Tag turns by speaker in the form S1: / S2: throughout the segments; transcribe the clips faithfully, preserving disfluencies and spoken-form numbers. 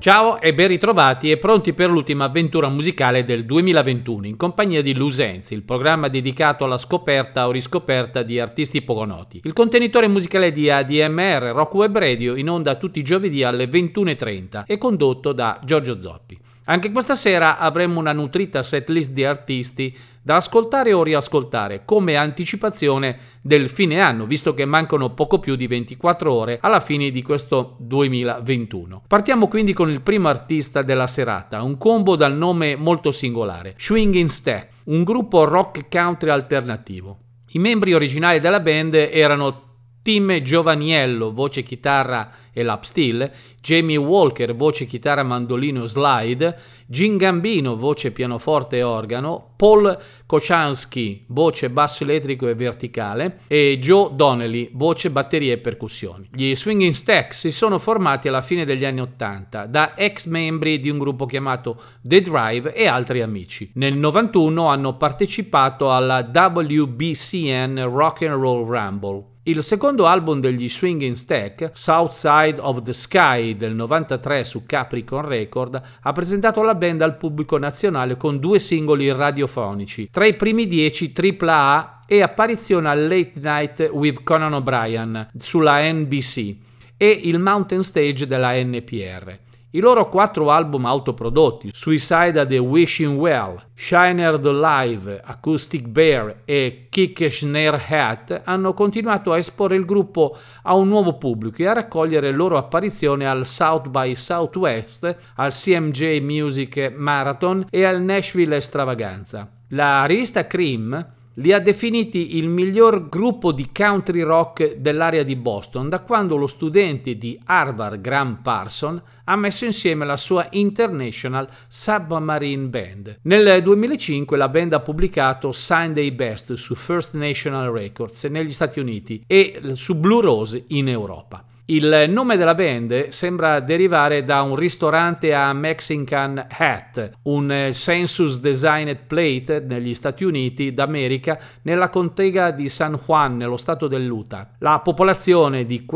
S1: Ciao e ben ritrovati e pronti per l'ultima avventura musicale del duemilaventuno in compagnia di Lusenzi, il programma dedicato alla scoperta o riscoperta di artisti poco noti. Il contenitore musicale di A D M R, Rock Web Radio, in onda tutti i giovedì alle ventuno e trenta e condotto da Giorgio Zoppi. Anche questa sera avremo una nutrita setlist di artisti da ascoltare o riascoltare come anticipazione del fine anno, visto che mancano poco più di ventiquattro ore alla fine di questo duemilaventuno. Partiamo quindi con il primo artista della serata, un combo dal nome molto singolare, Swingin' Stack, un gruppo rock country alternativo. I membri originali della band erano Tim Giovaniello, voce chitarra e lap steel, Jamie Walker, voce chitarra mandolino slide, Gene Gambino, voce pianoforte e organo, Paul Kochanski, voce basso elettrico e verticale, e Joe Donnelly, voce batterie e percussioni. Gli Swingin' Stack si sono formati alla fine degli anni ottanta da ex membri di un gruppo chiamato The Drive e altri amici. Nel novantuno hanno partecipato alla W B C N Rock and Roll Rumble. Il secondo album degli Swingin' Stack, South Side of the Sky del novantatré su Capricorn Record, ha presentato la band al pubblico nazionale con due singoli radiofonici, tra i primi dieci tripla A e apparizione al Late Night with Conan O'Brien sulla N B C e il Mountain Stage della N P R. I loro quattro album autoprodotti, Suicide at the Wishing Well, Shiner the Live, Acoustic Bear e Kick Snare Hat, hanno continuato a esporre il gruppo a un nuovo pubblico e a raccogliere loro apparizione al South by Southwest, al C M J Music Marathon e al Nashville Extravaganza. La rivista Cream li ha definiti il miglior gruppo di country rock dell'area di Boston da quando lo studente di Harvard Graham Parson ha messo insieme la sua International Submarine Band. Nel duemilacinque la band ha pubblicato Sunday Best su First National Records negli Stati Uniti e su Blue Rose in Europa. Il nome della band sembra derivare da un ristorante a Mexican Hat, un census designed plate negli Stati Uniti d'America nella contea di San Juan, nello stato dell'Utah. La popolazione di,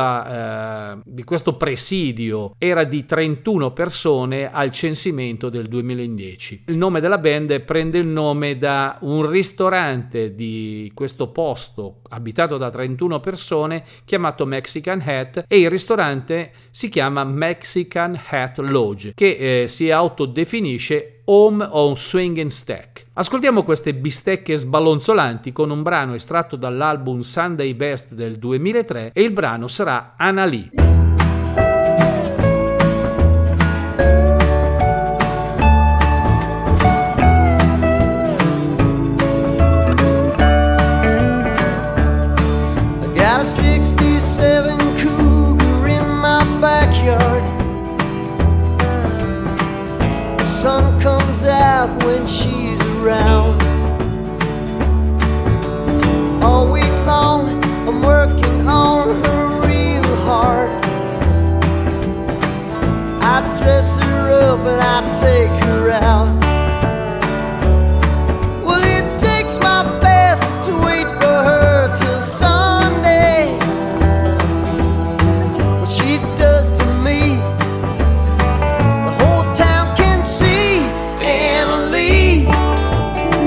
S1: questa, eh, di questo presidio era di trentuno persone al censimento del duemiladieci. Il nome della band prende il nome da un ristorante di questo posto abitato da trentuno persone chiamato Mexican Hat, e il ristorante si chiama Mexican Hat Lodge, che eh, si autodefinisce Home on Swingin' Stack. Ascoltiamo queste bistecche sballonzolanti con un brano estratto dall'album Sunday Best del duemilatré e il brano sarà Anna Lee.
S2: Sun comes out when she's around. All week long I'm working on her real hard. I dress her up and I take her out. Well, it takes my best to wait for her till Sunday. What she does to me, the whole town can see. Anna Lee,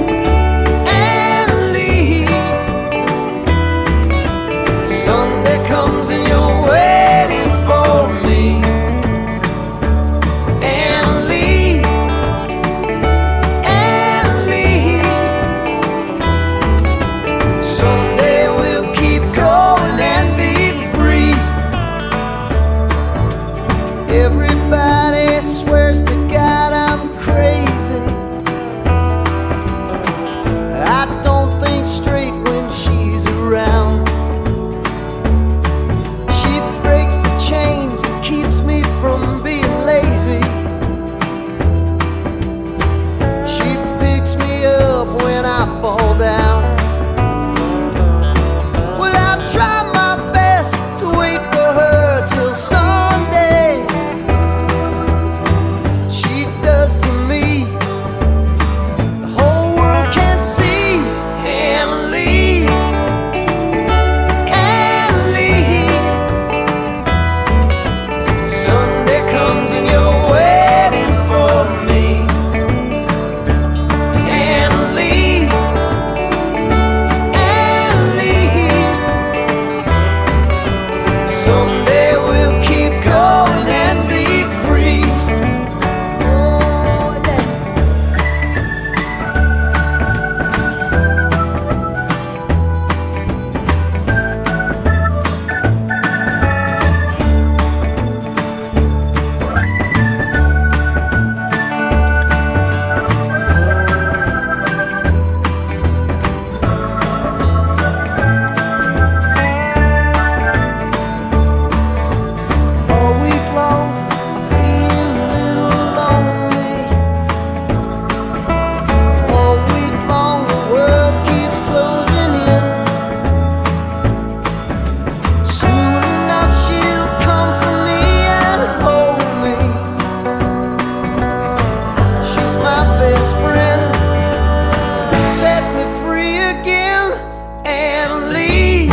S2: begin and leave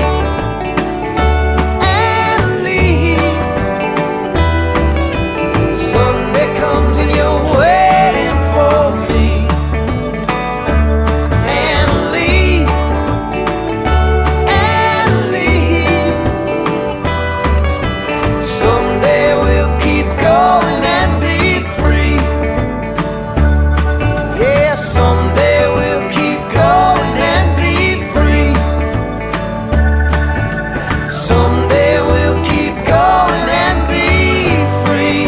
S2: and leave. Sunday comes and you're waiting for me and leave and leave. Someday we'll keep going and be free. Yeah, someday we'll keep going and be free. Someday we'll keep going and be free.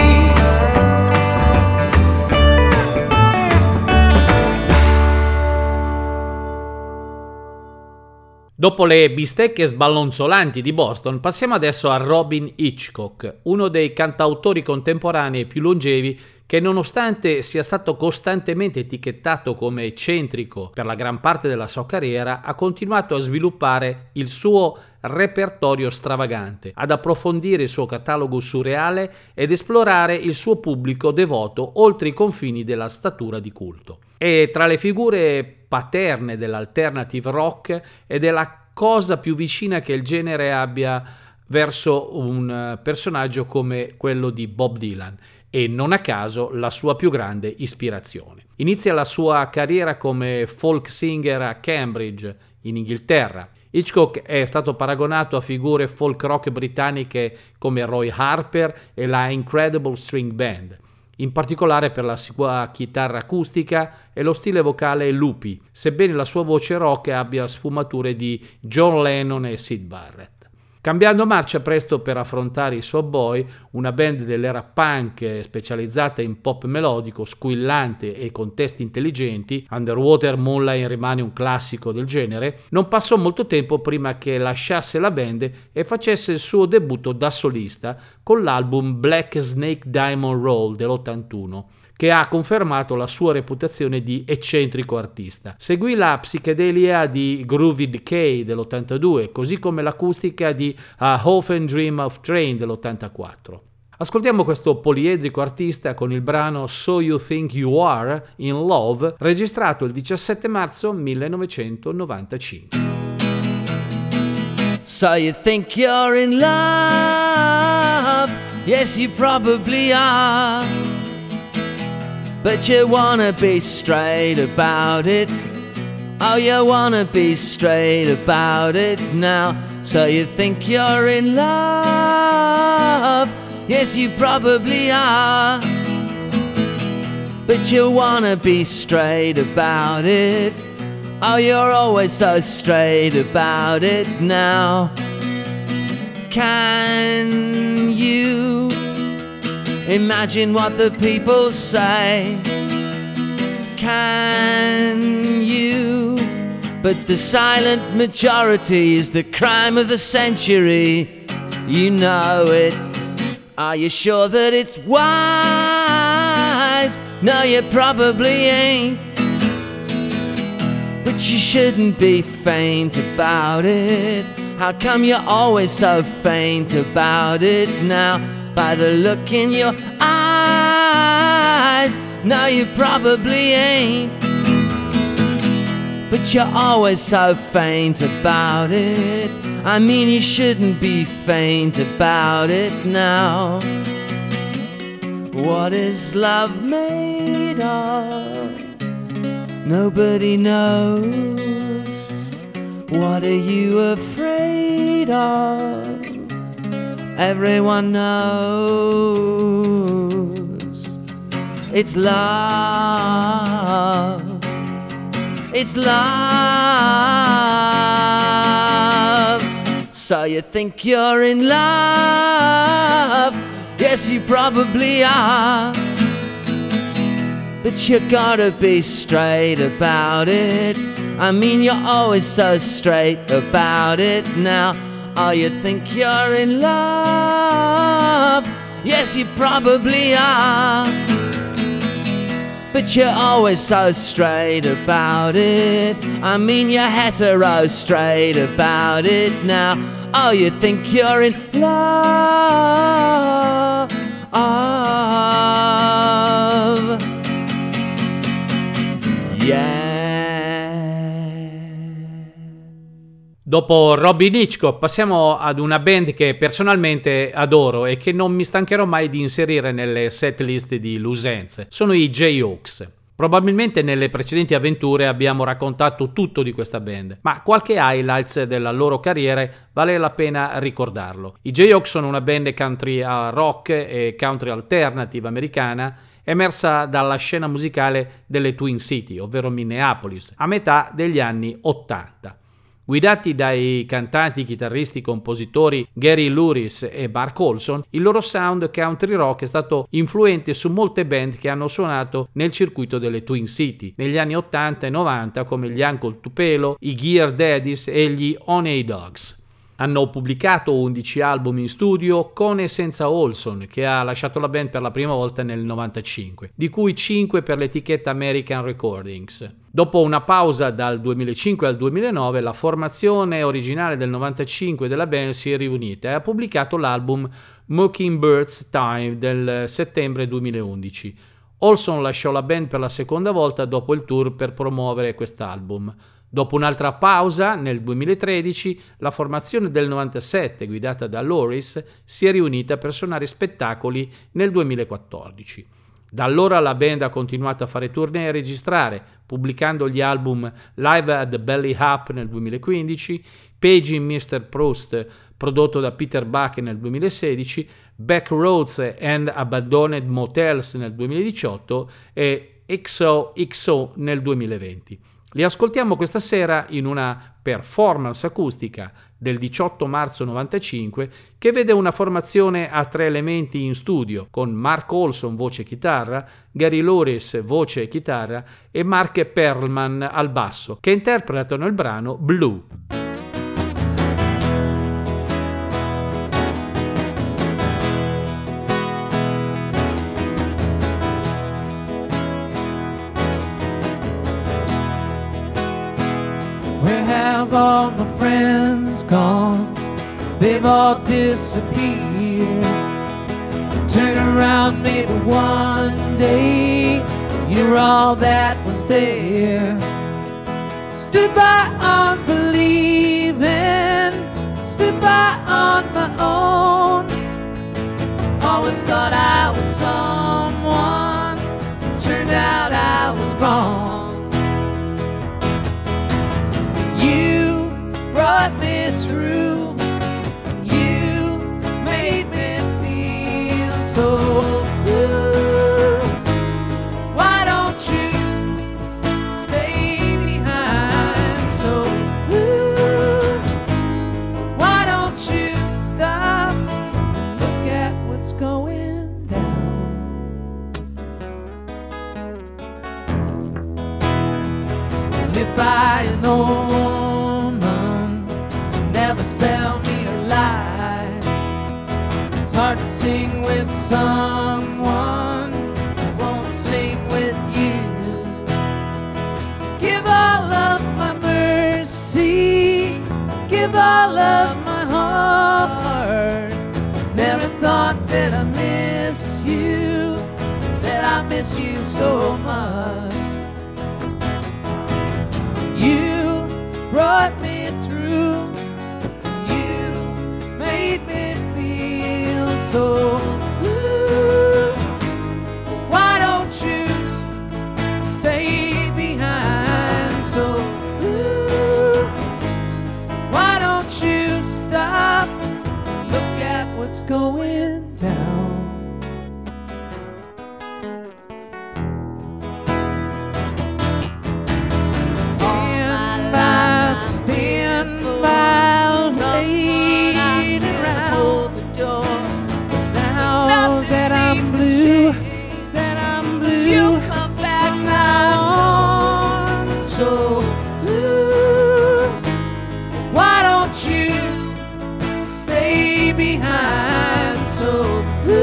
S1: Dopo le bistecche sballonzolanti di Boston, passiamo adesso a Robyn Hitchcock, uno dei cantautori contemporanei più longevi che, nonostante sia stato costantemente etichettato come eccentrico per la gran parte della sua carriera, ha continuato a sviluppare il suo repertorio stravagante, ad approfondire il suo catalogo surreale ed esplorare il suo pubblico devoto oltre i confini della statura di culto. È tra le figure paterne dell'alternative rock ed è la cosa più vicina che il genere abbia verso un personaggio come quello di Bob Dylan, e non a caso la sua più grande ispirazione. Inizia la sua carriera come folk singer a Cambridge, in Inghilterra. Hitchcock è stato paragonato a figure folk rock britanniche come Roy Harper e la Incredible String Band, in particolare per la sua chitarra acustica e lo stile vocale loopy, sebbene la sua voce rock abbia sfumature di John Lennon e Syd Barrett. Cambiando marcia presto per affrontare i Subway, una band dell'era punk specializzata in pop melodico, squillante e con testi intelligenti, Underwater Moonlight rimane un classico del genere, non passò molto tempo prima che lasciasse la band e facesse il suo debutto da solista con l'album Black Snake Diamond Roll dell'ottantuno, che ha confermato la sua reputazione di eccentrico artista. Seguì la psichedelia di Groovy Decay dell'ottantadue, così come l'acustica di A Hofen Dream of Train dell'ottantaquattro. Ascoltiamo questo poliedrico artista con il brano So You Think You Are in Love, registrato il diciassette marzo millenovecentonovantacinque.
S3: So you think you're in love? Yes, you probably are. But you wanna be straight about it. Oh, you wanna be straight about it now. So you think you're in love? Yes, you probably are. But you wanna be straight about it. Oh, you're always so straight about it now. Can you imagine what the people say? Can you? But the silent majority is the crime of the century. You know it. Are you sure that it's wise? No, you probably ain't. But you shouldn't be faint about it. How come you're always so faint about it now? By the look in your eyes, no, you probably ain't. But you're always so faint about it. I mean, you shouldn't be faint about it now. What is love made of? Nobody knows. What are you afraid of? Everyone knows. It's love. It's love. So you think you're in love? Yes, you probably are. But you gotta be straight about it. I mean, you're always so straight about it now. Oh, you think you're in love? Yes, you probably are. But you're always so straight about it. I mean, you're hetero straight about it now. Oh, you think you're in love? Yeah.
S1: Dopo Robin Hitchcock passiamo ad una band che personalmente adoro e che non mi stancherò mai di inserire nelle setlist di Lusenze. Sono i Jayhawks. Probabilmente nelle precedenti avventure abbiamo raccontato tutto di questa band, ma qualche highlights della loro carriera vale la pena ricordarlo. I Jayhawks sono una band country rock e country alternative americana emersa dalla scena musicale delle Twin City, ovvero Minneapolis, a metà degli anni ottanta. Guidati dai cantanti, chitarristi, compositori Gary Louris e Mark Olson, il loro sound country rock è stato influente su molte band che hanno suonato nel circuito delle Twin City negli anni ottanta e novanta, come gli Uncle Tupelo, i Gear Daddies e gli Honey Dogs. Hanno pubblicato undici album in studio con e senza Olson, che ha lasciato la band per la prima volta nel novantacinque, di cui cinque per l'etichetta American Recordings. Dopo una pausa dal duemilacinque al duemilanove, la formazione originale del novantacinque della band si è riunita e ha pubblicato l'album Mockingbird's Time del settembre duemilaundici. Olson lasciò la band per la seconda volta dopo il tour per promuovere quest'album. Dopo un'altra pausa, nel duemilatredici, la formazione del novantasette, guidata da Louris, si è riunita per suonare spettacoli nel duemilaquattordici. Da allora la band ha continuato a fare tournée e registrare, pubblicando gli album Live at the Belly Up nel duemilaquindici, Paging mister Proust, prodotto da Peter Buck nel duemilasedici, Backroads and Abandoned Motels nel duemiladiciotto e X O X O nel duemilaventi. Li ascoltiamo questa sera in una performance acustica del diciotto marzo novantacinque che vede una formazione a tre elementi in studio con Mark Olson voce e chitarra, Gary Louris voce e chitarra e Mark Perlman al basso, che interpretano il brano Blue.
S3: All my friends gone, they've all disappeared. Turn around, maybe one day you're all that was there. Stood by unbelieving, stood by on my own. Always thought I was someone, turned out I was wrong. You brought me through, you made me feel so good. Why don't you stay behind so good? Why don't you stop, look at what's going down. Live by an old never sell me a lie. It's hard to sing with someone who won't sing with you. Give all of my mercy, give all of my heart. Never thought that I miss you, that I miss you so much. You brought me through, made me feel so good. Why don't you stay behind so good? Why don't you stop, look at what's going down. Stand by, stand by, wait around the door. Now that I'm blue, that I'm blue, you come back now. So blue. Why don't you stay behind so blue?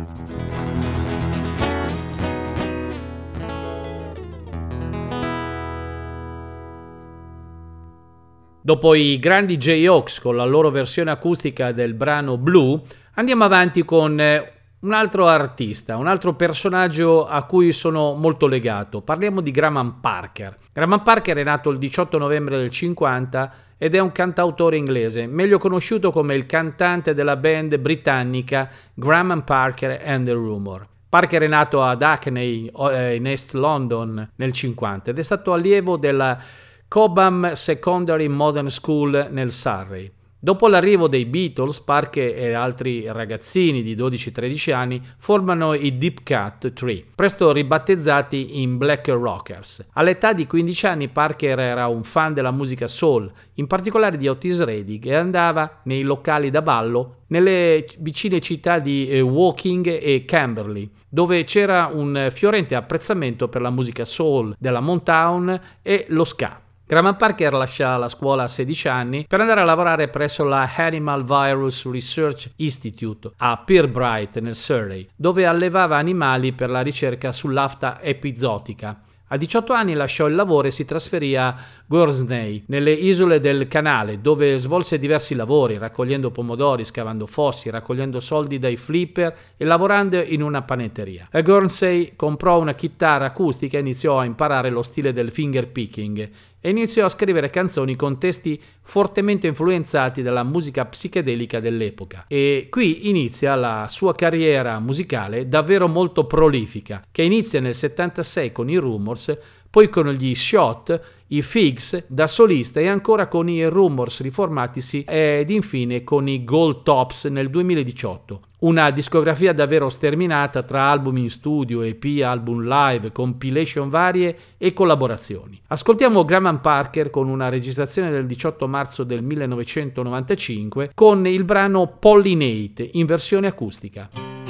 S1: Dopo i grandi Jayhawks con la loro versione acustica del brano Blue, andiamo avanti con un altro artista, un altro personaggio a cui sono molto legato. Parliamo di Graham Parker. Graham Parker è nato il diciotto novembre del cinquanta ed è un cantautore inglese, meglio conosciuto come il cantante della band britannica Graham Parker and the Rumour. Parker è nato ad Hackney, in East London, nel cinquanta ed è stato allievo della Cobham Secondary Modern School nel Surrey. Dopo l'arrivo dei Beatles, Parker e altri ragazzini di dodici tredici anni formano i Deep Cut Three, presto ribattezzati in Black Rockers. All'età di quindici anni Parker era un fan della musica soul, in particolare di Otis Redding, e andava nei locali da ballo nelle vicine città di Woking e Camberley, dove c'era un fiorente apprezzamento per la musica soul, della Motown e lo ska. Graham Parker lascia la scuola a sedici anni per andare a lavorare presso la Animal Virus Research Institute a Pirbright nel Surrey, dove allevava animali per la ricerca sull'afta epizootica. A diciotto anni lasciò il lavoro e si trasferì a Guernsey, nelle isole del Canale, dove svolse diversi lavori, raccogliendo pomodori, scavando fossi, raccogliendo soldi dai flipper e lavorando in una panetteria. A Guernsey comprò una chitarra acustica e iniziò a imparare lo stile del finger picking e iniziò a scrivere canzoni con testi fortemente influenzati dalla musica psichedelica dell'epoca. E qui inizia la sua carriera musicale davvero molto prolifica, che inizia nel settantasei con i Rumours, poi con gli Shot, i Figs da solista e ancora con i Rumours riformatisi ed infine con i Gold Tops nel duemiladiciotto. Una discografia davvero sterminata tra album in studio, E P, album live, compilation varie e collaborazioni. Ascoltiamo Graham Parker con una registrazione del diciotto marzo del millenovecentonovantacinque con il brano Pollinate in versione acustica.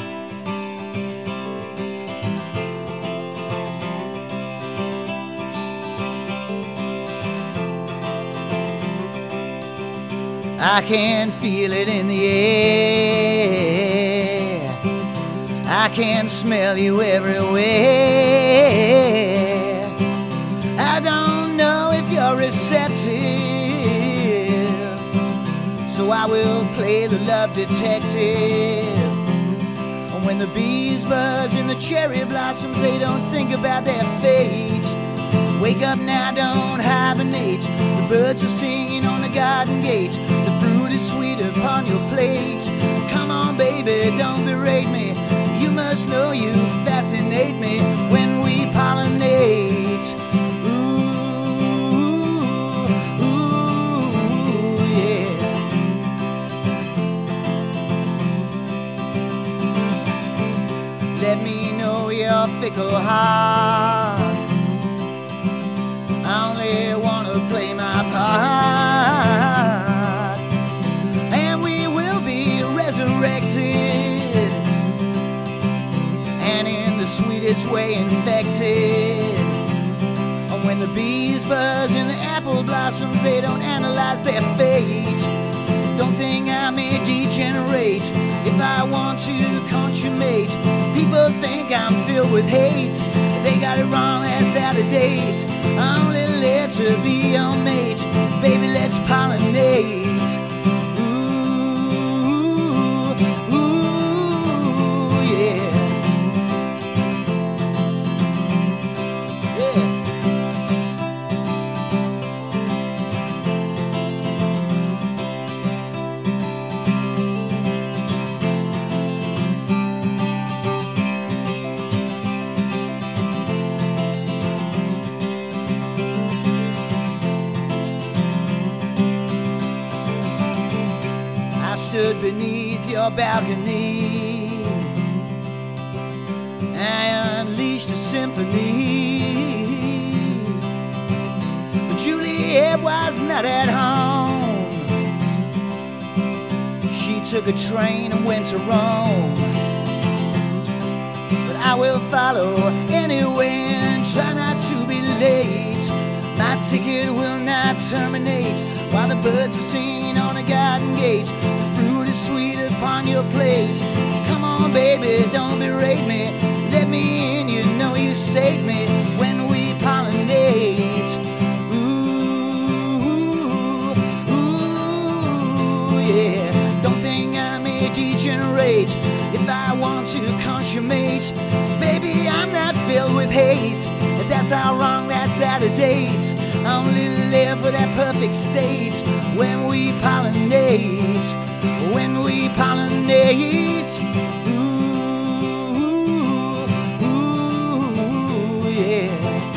S2: I can feel it in the air. I can smell you everywhere. I don't know if you're receptive, so I will play the love detective. And when the bees buzz in the cherry blossoms, they don't think about their fate. Wake up now, don't hibernate. The birds are singing on the garden gate. The fruit is sweet upon your plate. Come on, baby, don't berate me. You must know you fascinate me when we pollinate. Ooh, ooh, yeah. Let me know your fickle heart. I only wanna play my part, and we will be resurrected, and in the sweetest way infected. And when the bees buzz and the apple blossoms, they don't analyze their fate. Don't think I'm a degenerate if I want to consummate. People think I'm filled with hate. They got it wrong, that's out of date. I only live to be your mate. Baby, let's pollinate. Ooh, ooh, yeah. Yeah. Stood beneath your balcony, I unleashed a symphony, but Juliet was not at home. She took a train and went to Rome, but I will follow anyway and try not to be late. My ticket will not terminate while the birds are singing on a garden gate. The fruit is sweet upon your plate. Come on, on, baby, don't berate me. Let me in, you know you saved me when we pollinate. Ooh, ooh, yeah. Don't think I may degenerate if I want to consummate. Baby, I'm not filled with hate. That's how wrong, that's out of date. I only live for that perfect state when we pollinate. When we pollinate. Ooh, ooh, yeah.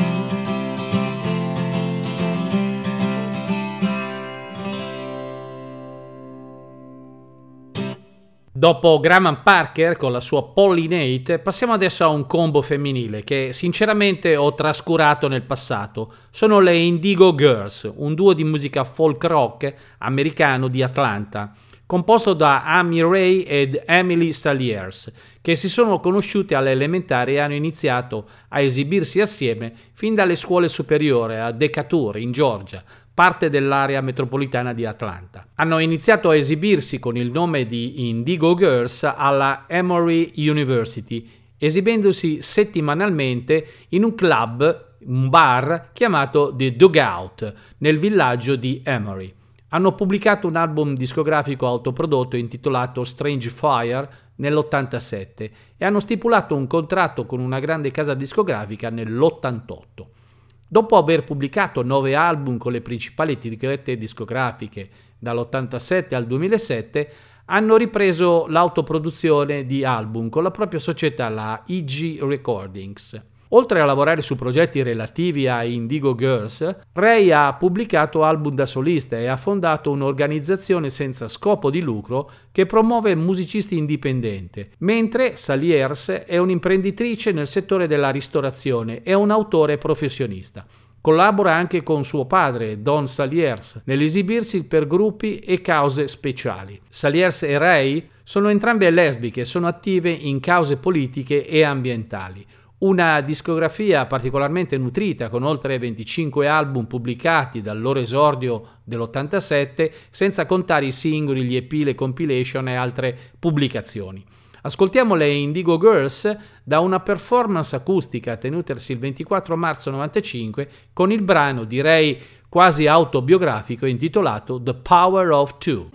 S1: Dopo Graham Parker con la sua Pollinate, passiamo adesso a un combo femminile che sinceramente ho trascurato nel passato. Sono le Indigo Girls, un duo di musica folk rock americano di Atlanta, composto da Amy Ray ed Emily Saliers, che si sono conosciute alle elementari e hanno iniziato a esibirsi assieme fin dalle scuole superiori a Decatur, in Georgia, parte dell'area metropolitana di Atlanta. Hanno iniziato a esibirsi con il nome di Indigo Girls alla Emory University, esibendosi settimanalmente in un club, un bar chiamato The Dugout, nel villaggio di Emory. Hanno pubblicato un album discografico autoprodotto intitolato Strange Fire nell'ottantasette e hanno stipulato un contratto con una grande casa discografica nell'ottantotto. Dopo aver pubblicato nove album con le principali etichette discografiche dall'ottantasette al duemilasette, hanno ripreso l'autoproduzione di album con la propria società, la I G Recordings. Oltre a lavorare su progetti relativi a Indigo Girls, Ray ha pubblicato album da solista e ha fondato un'organizzazione senza scopo di lucro che promuove musicisti indipendenti, mentre Saliers è un'imprenditrice nel settore della ristorazione e un autore professionista. Collabora anche con suo padre, Don Saliers, nell'esibirsi per gruppi e cause speciali. Saliers e Ray sono entrambe lesbiche e sono attive in cause politiche e ambientali. Una discografia particolarmente nutrita con oltre venticinque album pubblicati dal loro esordio dell'ottantasette, senza contare i singoli, gli E P, le compilation e altre pubblicazioni. Ascoltiamo le Indigo Girls da una performance acustica tenutasi il ventiquattro marzo novantacinque con il brano, direi quasi autobiografico, intitolato The Power of Two.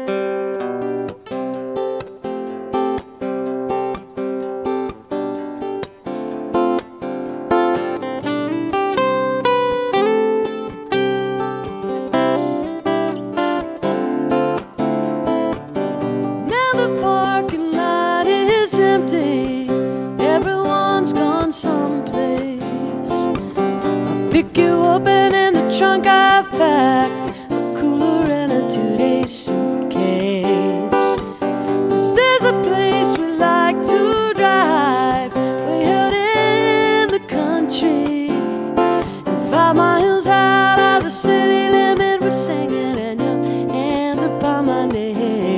S4: Empty, everyone's gone someplace. I'll pick you up and in the trunk I've packed a cooler and a two-day suitcase. 'Cause there's a place we like to drive way out in the country, and five miles out of the city limit we're singing and your hands upon my neck.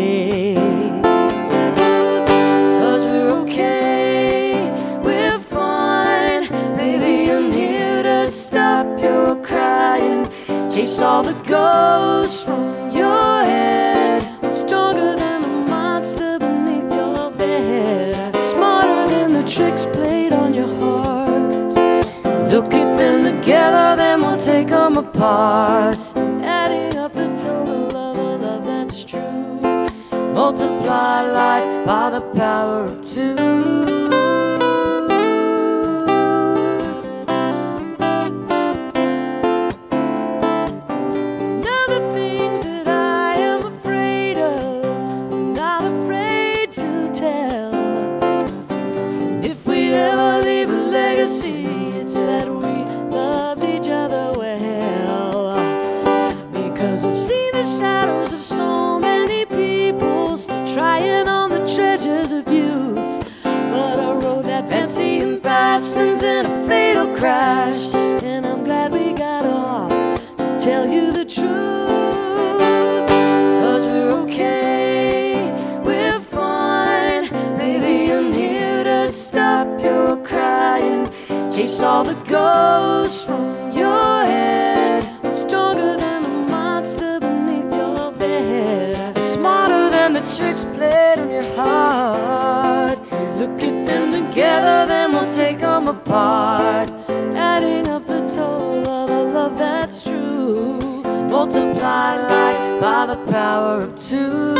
S4: Stop your crying, chase all the ghosts from your head. I'm stronger than the monster beneath your bed, smarter than the tricks played on your heart. Look, keep them together, then we'll take them apart. Adding up the total of a love that's true, multiply life by the power of two. It's that we loved each other well, because I've seen the shadows of so many people still trying on the treasures of youth. But I rode that fancy and fastens in a fatal crash, and I'm glad we got off to tell you the truth. 'Cause we're okay, we're fine, baby, I'm here to stop your crying, chase all the ghosts from your head. I'm stronger than the monster beneath your bed, smarter than the tricks played on your heart. take them apart, adding up the total of a love that's true. Multiply life by the power of two.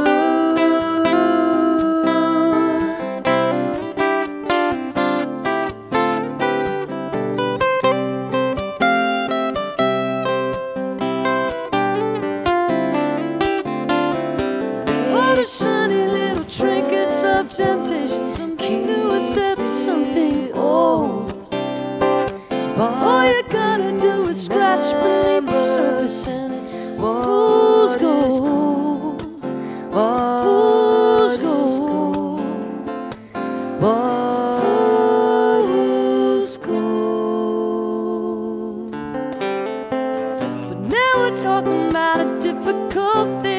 S2: Shiny little trinkets of temptations, some new instead of something old. But all you gotta do is scratch beneath the surface and it's fool's gold. Fool's gold. Fool's gold. But now we're talking about a difficult thing.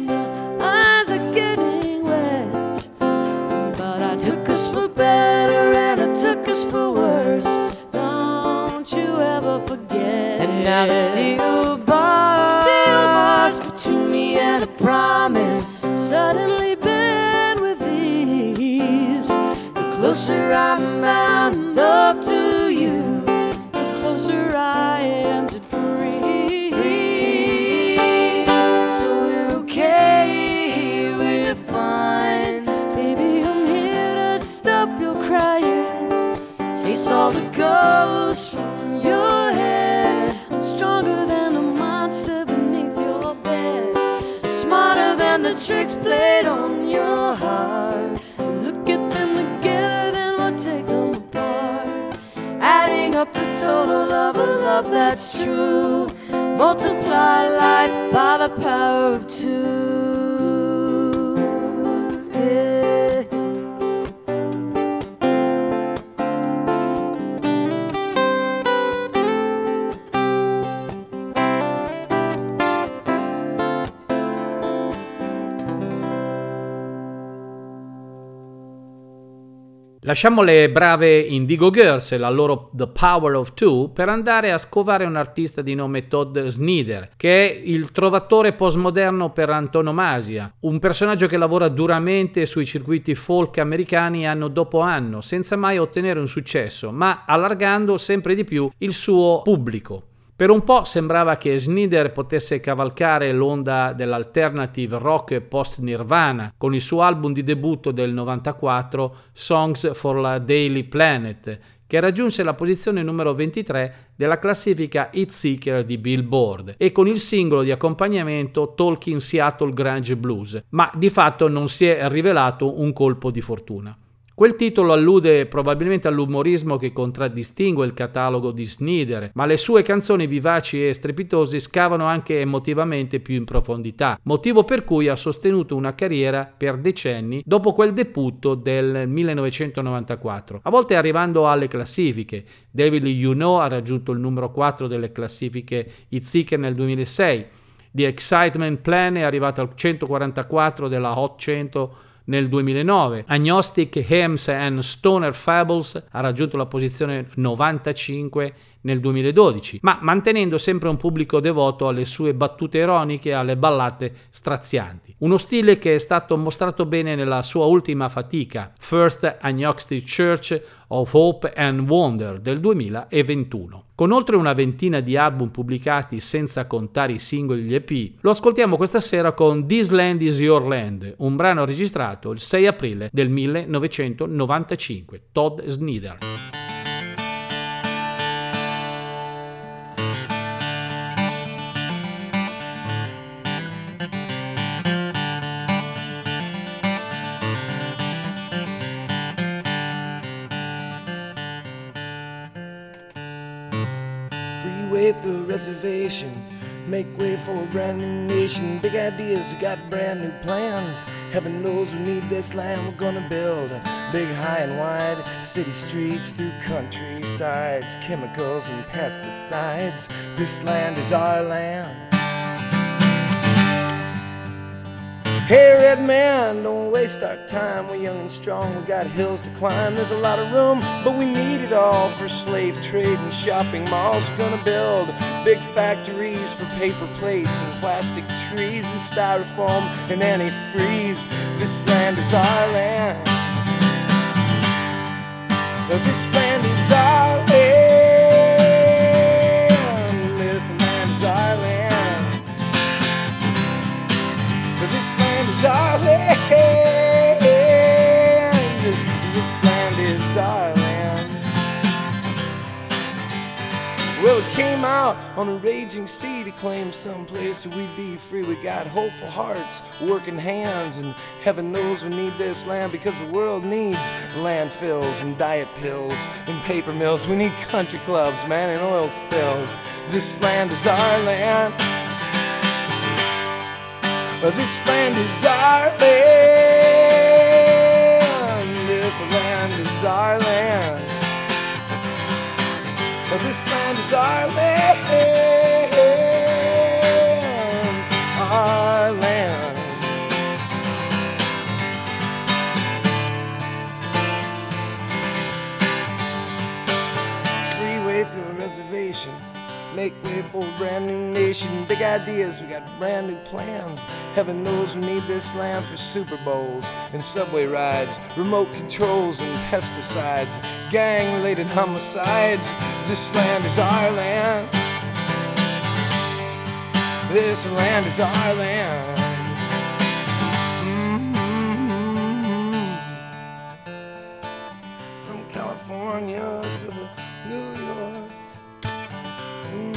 S2: For worse, don't you ever forget.
S4: And now the steel bar,
S2: steel bars between me and a promise suddenly bend with ease. The closer I'm bound up to you, the closer I am to free. So we're okay, we're fine, baby. I'm here to stop your crying. Chase all the ghosts from your head. I'm stronger than the monster beneath your bed, smarter than the tricks played on your heart. Look at them together, then we'll take them apart, adding up the total of a love that's true. Multiply life by the power of two.
S1: Lasciamo le brave Indigo Girls e la loro The Power of Two per andare a scovare un artista di nome Todd Snider, che è il trovatore postmoderno per antonomasia, un personaggio che lavora duramente sui circuiti folk americani anno dopo anno, senza mai ottenere un successo, ma allargando sempre di più il suo pubblico. Per un po' sembrava che Snider potesse cavalcare l'onda dell'alternative rock post-Nirvana con il suo album di debutto del novantaquattro Songs for the Daily Planet, che raggiunse la posizione numero ventitré della classifica Hit Seeker di Billboard, e con il singolo di accompagnamento Talking Seattle Grunge Blues, ma di fatto non si è rivelato un colpo di fortuna. Quel titolo allude probabilmente all'umorismo che contraddistingue il catalogo di Snider, ma le sue canzoni vivaci e strepitose scavano anche emotivamente più in profondità, motivo per cui ha sostenuto una carriera per decenni dopo quel debutto del millenovecentonovantaquattro, a volte arrivando alle classifiche. Devil You Know ha raggiunto il numero quattro delle classifiche Hit Seeker nel duemilasei, The Excitement Plan è arrivato al centoquarantaquattro della Hot cento nel duemilanove, Agnostic Hymns and Stoner Fables ha raggiunto la posizione novantacinque nel duemiladodici, ma mantenendo sempre un pubblico devoto alle sue battute ironiche e alle ballate strazianti. Uno stile che è stato mostrato bene nella sua ultima fatica, First Agnostic Church of Hope and Wonder del duemilaventuno. Con oltre una ventina di album pubblicati senza contare i singoli e gli E P, lo ascoltiamo questa sera con This Land Is Your Land, un brano registrato il sei aprile del millenovecentonovantacinque, Todd Snider.
S5: The reservation, make way for a brand new nation. Big ideas, we got brand new plans. Heaven knows we need this land. We're gonna build big, high and wide city streets through countrysides, chemicals and pesticides. This land is our land. Hey, red man, don't waste our time. We're young and strong, we got hills to climb. There's a lot of room, but we need it all for slave trade and shopping malls. We're gonna build big factories for paper plates and plastic trees and styrofoam and antifreeze. This land is our land. This land is our land. This land is our land. This land is our land. This land is our land. Well, it came out on a raging sea to claim someplace where we'd be free. We got hopeful hearts, working hands, and heaven knows we need this land because the world needs landfills and diet pills and paper mills. We need country clubs, man, and oil spills. This land is our land. This land is our land. This land is our land. This land is our land, our land. Freeway through a reservation, make way for a brand new nation. Big ideas, we got brand new plans. Heaven knows we need this land for Super Bowls and subway rides, remote controls and pesticides, gang-related homicides. This land is our land. This land is our land. Mm-hmm. From California to New York. Mm.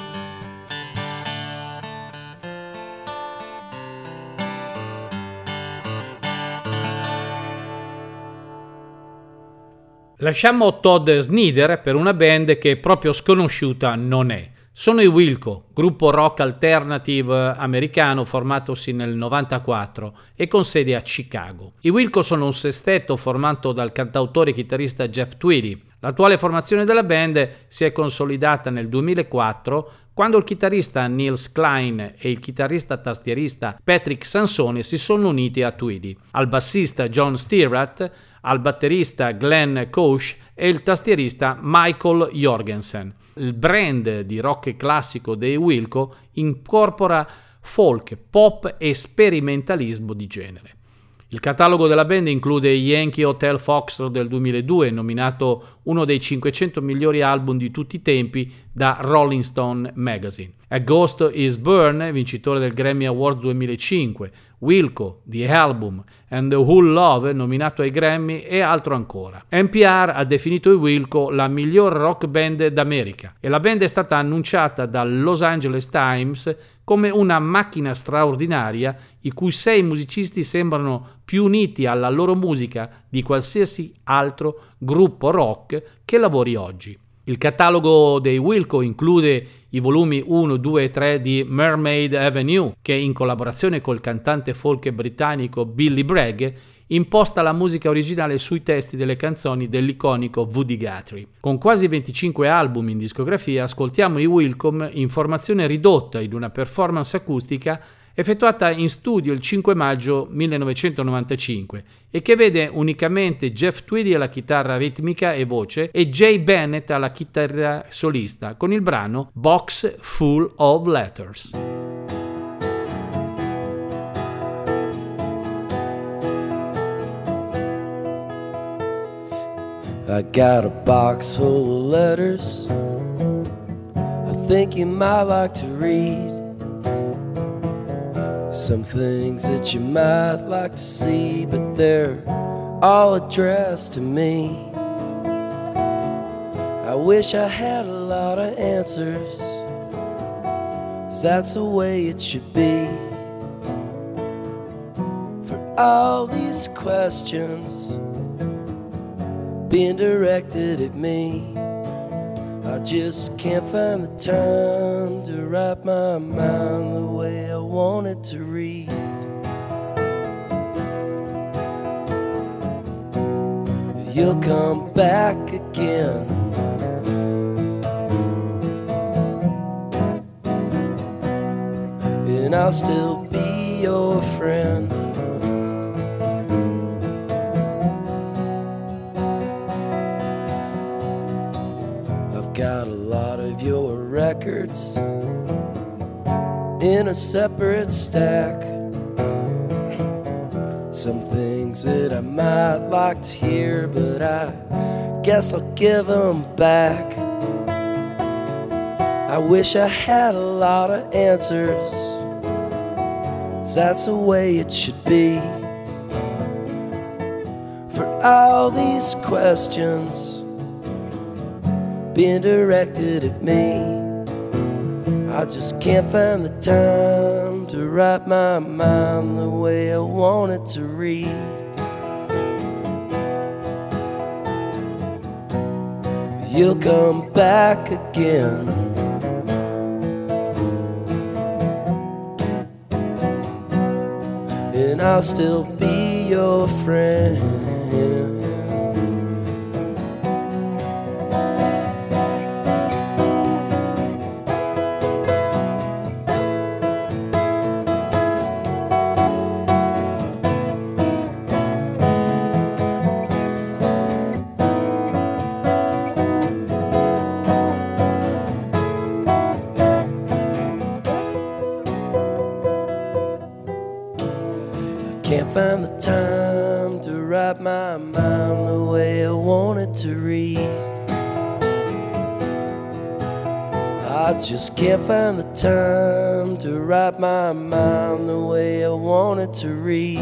S1: Lasciamo Todd Snider per una band che proprio sconosciuta non è. Sono i Wilco, gruppo rock alternative americano formatosi nel novantaquattro e con sede a Chicago. I Wilco sono un sestetto formato dal cantautore e chitarrista Jeff Tweedy. L'attuale formazione della band si è consolidata nel duemilaquattro quando il chitarrista Nils Klein e il chitarrista tastierista Patrick Sansone si sono uniti a Tweedy. Al bassista John Stirratt, al batterista Glenn Koch e il tastierista Michael Jorgensen. Il brand di rock classico dei Wilco incorpora folk, pop e sperimentalismo di genere. Il catalogo della band include Yankee Hotel Foxtrot del duemiladue, nominato uno dei cinquecento migliori album di tutti i tempi da Rolling Stone Magazine. A Ghost is Born, vincitore del Grammy Awards duemilacinque, Wilco, The Album and The Whole Love, nominato ai Grammy e altro ancora. N P R ha definito i Wilco la miglior rock band d'America e la band è stata annunciata dal Los Angeles Times come una macchina straordinaria i cui sei musicisti sembrano più uniti alla loro musica di qualsiasi altro gruppo rock che lavori oggi. Il catalogo dei Wilco include i volumi uno, due e tre di Mermaid Avenue, che in collaborazione col cantante folk britannico Billy Bragg imposta la musica originale sui testi delle canzoni dell'iconico Woody Guthrie. Con quasi venticinque album in discografia, ascoltiamo i Wilco in formazione ridotta in una performance acustica effettuata in studio il cinque maggio millenovecentonovantacinque e che vede unicamente Jeff Tweedy alla chitarra ritmica e voce e Jay Bennett alla chitarra solista con il brano Box Full of Letters.
S6: I got a box full of letters I think you might like to read. Some things that you might like to see, but they're all addressed to me. I wish I had a lot of answers, 'cause that's the way it should be. For all these questions being directed at me, I just can't find the time to wrap my mind the way I want it to read. You'll come back again, and I'll still be your friend. Got a lot of your records in a separate stack. Some things that I might like to hear, but I guess I'll give them back. I wish I had a lot of answers, 'cause that's the way it should be. For all these questions being directed at me, I just can't find the time to write my mind the way I want it to read. You'll come back again, and I'll still be your friend. Can't find the time to write my mind the way I want it to read. I just can't find the time to write my mind the way I want it to read.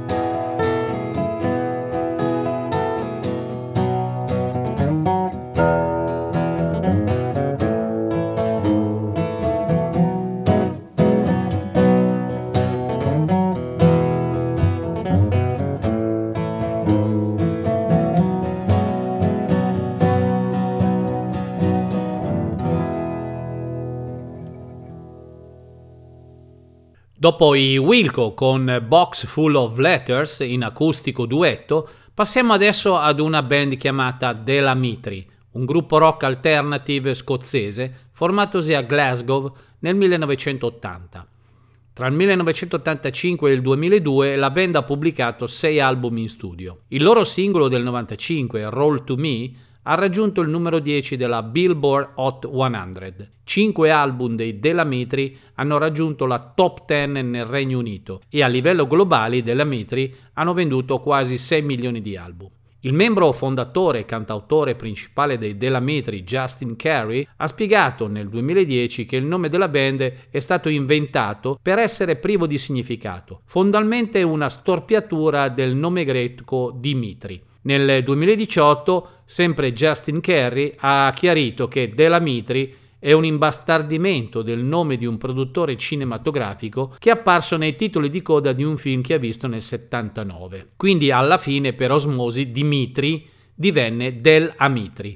S1: Dopo i Wilco con Box Full of Letters in acustico duetto, passiamo adesso ad una band chiamata Dela Mitri, un gruppo rock alternative scozzese formatosi a Glasgow nel millenovecentottanta. Tra il millenovecentottantacinque e il duemiladue la band ha pubblicato sei album in studio. Il loro singolo del novantacinque, Roll to Me, ha raggiunto il numero dieci della Billboard Hot cento. Cinque album dei Dela Mitri hanno raggiunto la top dieci nel Regno Unito e a livello globale i Dela Mitri hanno venduto quasi sei milioni di album. Il membro fondatore e cantautore principale dei Dela Mitri, Justin Carey, ha spiegato nel duemiladieci che il nome della band è stato inventato per essere privo di significato, fondamentalmente una storpiatura del nome greco Dimitri. Nel duemiladiciotto, sempre Justin Carey ha chiarito che Dela Mitri è un imbastardimento del nome di un produttore cinematografico che è apparso nei titoli di coda di un film che ha visto nel settantanove. Quindi alla fine, per osmosi, Dimitri divenne Del Amitri.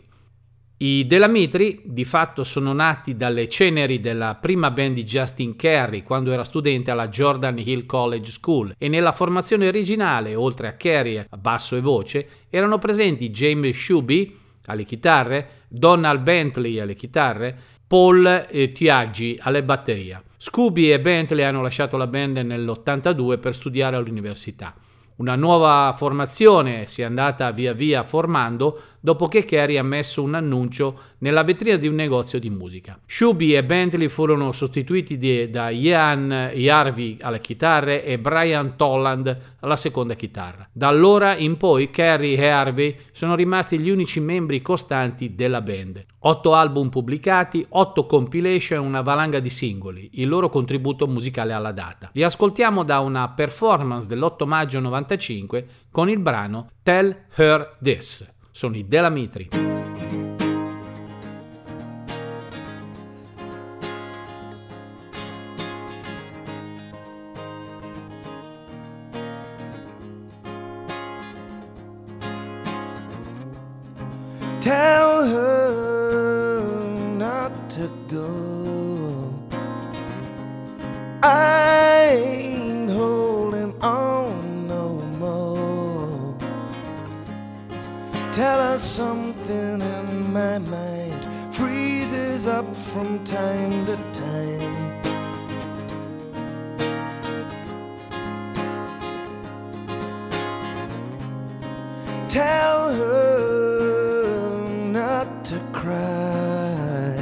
S1: I Dela Mitri di fatto sono nati dalle ceneri della prima band di Justin Carey quando era studente alla Jordan Hill College School, e nella formazione originale, oltre a Carey a basso e voce, erano presenti James Shuby alle chitarre, Donald Bentley alle chitarre, Paul Tiaggi alle batteria. Scooby e Bentley hanno lasciato la band nell'ottantadue per studiare all'università. Una nuova formazione si è andata via via formando dopo che Carey ha messo un annuncio nella vetrina di un negozio di musica. Shuby e Bentley furono sostituiti di, da Ian Harvey alle chitarre e Brian Tolland alla seconda chitarra. Da allora in poi Carey e Harvey sono rimasti gli unici membri costanti della band. Otto album pubblicati, otto compilation e una valanga di singoli, il loro contributo musicale alla data. Li ascoltiamo da una performance dell'otto maggio novantacinque con il brano Tell Her This. Sono i Dela Mitri.
S5: Tell her not to go. I ain't holding on no more. Tell her something in my mind freezes up from time to time. Tell her not to cry.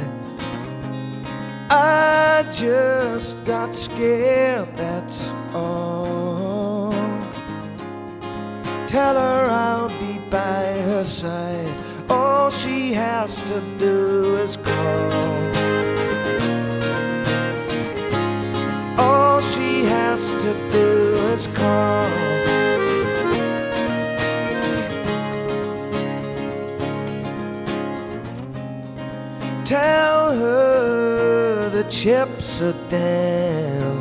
S5: I just got scared, that's all. Tell her I'll be by her side. All she has to do is call. All she has to do is call. Tell her the chips are down.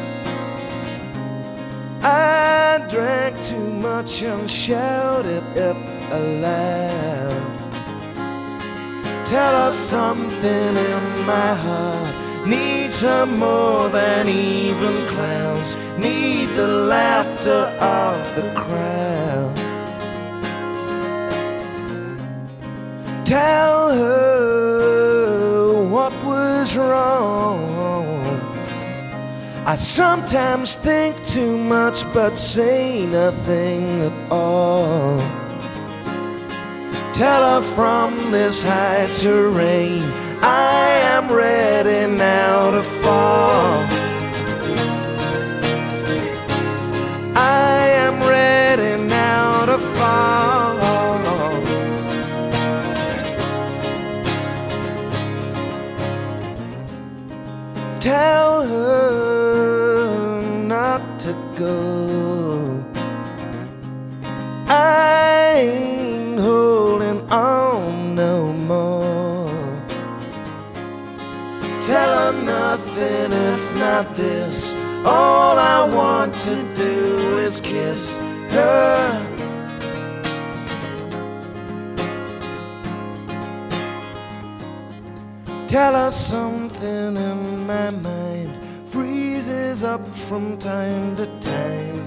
S5: I drank too much and shouted it aloud. Tell her something in my heart needs her more than even clowns need the laughter of the crowd. Tell her what was wrong. I sometimes think too much but say nothing at all. Tell her from this high terrain I am ready now to fall. I am ready now to fall. Tell her not to go. I ain't holding on no more. Tell her nothing if not this. All I want to do is kiss her. Tell her something in my mind freezes up from time to time.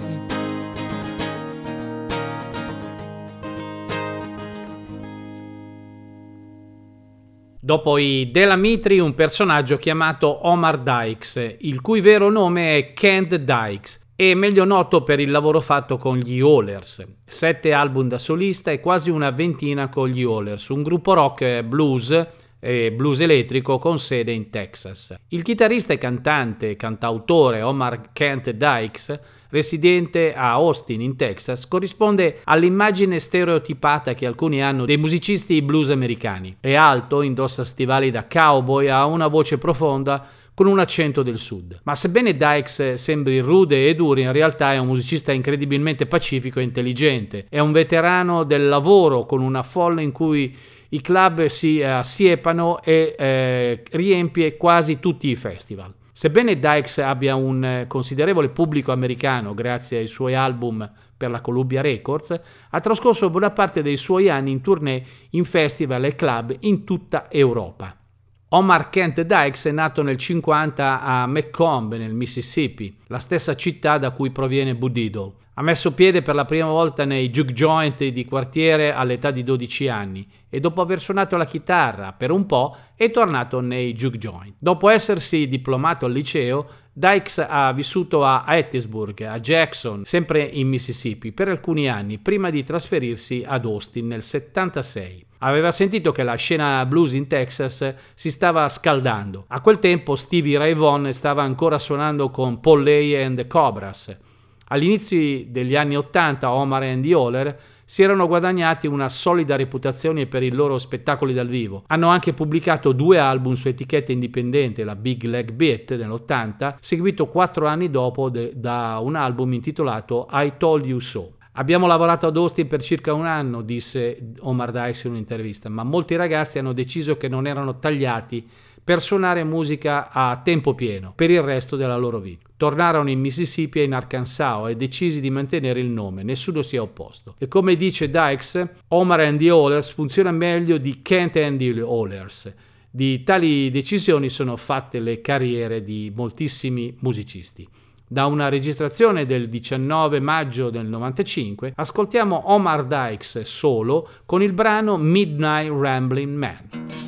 S1: Dopo i Della Mitri, un personaggio chiamato Omar Dykes, il cui vero nome è Kent Dykes, e meglio noto per il lavoro fatto con gli Allers. Sette album da solista e quasi una ventina con gli Allers, un gruppo rock blues e blues elettrico con sede in Texas. Il chitarrista e cantante e cantautore Omar Kent Dykes, residente a Austin in Texas, corrisponde all'immagine stereotipata che alcuni hanno dei musicisti blues americani. È alto, indossa stivali da cowboy, ha una voce profonda con un accento del sud. Ma sebbene Dykes sembri rude e duro, in realtà è un musicista incredibilmente pacifico e intelligente. È un veterano del lavoro con una folla in cui i club si assiepano e eh, riempie quasi tutti i festival. Sebbene Dykes abbia un considerevole pubblico americano grazie ai suoi album per la Columbia Records, ha trascorso buona parte dei suoi anni in tournée in festival e club in tutta Europa. Omar Kent Dykes è nato nel cinquanta a Macomb, nel Mississippi, la stessa città da cui proviene Bud Diddle. Ha messo piede per la prima volta nei juke joint di quartiere all'età di dodici anni e dopo aver suonato la chitarra per un po' è tornato nei juke joint. Dopo essersi diplomato al liceo, Dykes ha vissuto a Hattiesburg, a Jackson, sempre in Mississippi, per alcuni anni prima di trasferirsi ad Austin nel settantasei. Aveva sentito che la scena blues in Texas si stava scaldando. A quel tempo Stevie Ray Vaughan stava ancora suonando con Paul Lay and the Cobras. All'inizio degli anni Ottanta Omar and the Allers si erano guadagnati una solida reputazione per i loro spettacoli dal vivo. Hanno anche pubblicato due album su etichette indipendenti, la Big Leg Beat nell'ottanta, seguito quattro anni dopo de- da un album intitolato I Told You So. Abbiamo lavorato ad Austin per circa un anno, disse Omar Dykes in un'intervista, ma molti ragazzi hanno deciso che non erano tagliati per suonare musica a tempo pieno per il resto della loro vita. Tornarono in Mississippi e in Arkansas e decisi di mantenere il nome, nessuno si è opposto. E come dice Dykes, Omar and the Allers funziona meglio di Kent and the Allers. Di tali decisioni sono fatte le carriere di moltissimi musicisti. Da una registrazione del diciannove maggio del novantacinque ascoltiamo Omar Dykes solo con il brano Midnight Rambling Man.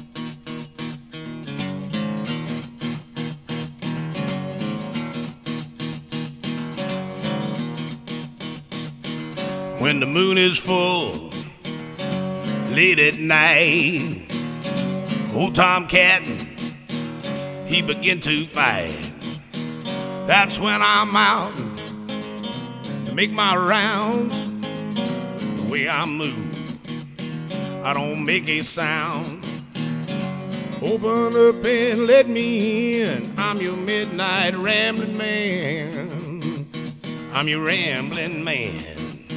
S7: When the moon is full, late at night, old Tom Catton, he begin to fight. That's when I'm out to make my rounds the way I move, I don't make a sound. Open up and let me in. I'm your midnight rambling man. I'm your rambling man.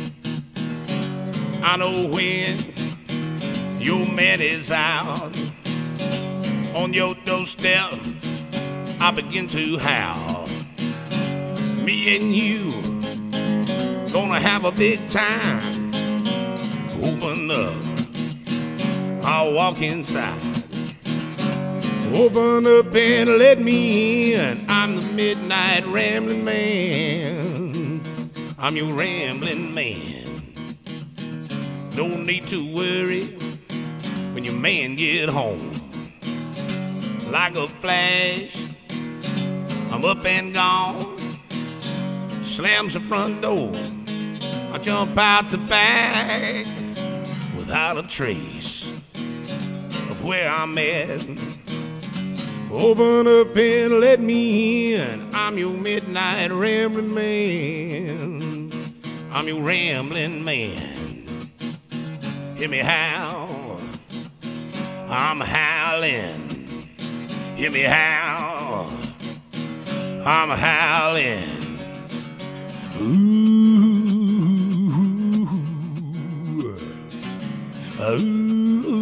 S7: I know when your man is out on your doorstep, I begin to howl. Me and you gonna have a big time. Open up, I'll walk inside. Open up and let me in. I'm the midnight rambling man. I'm your rambling man. No need to worry when your man get home. Like a flash, I'm up and gone. Slams the front door, I jump out the back without a trace of where I'm at. Open up and let me in. I'm your midnight rambling man. I'm your rambling man. Hear me howl, I'm howling. Hear me howl, I'm howling. Ooh, ooh.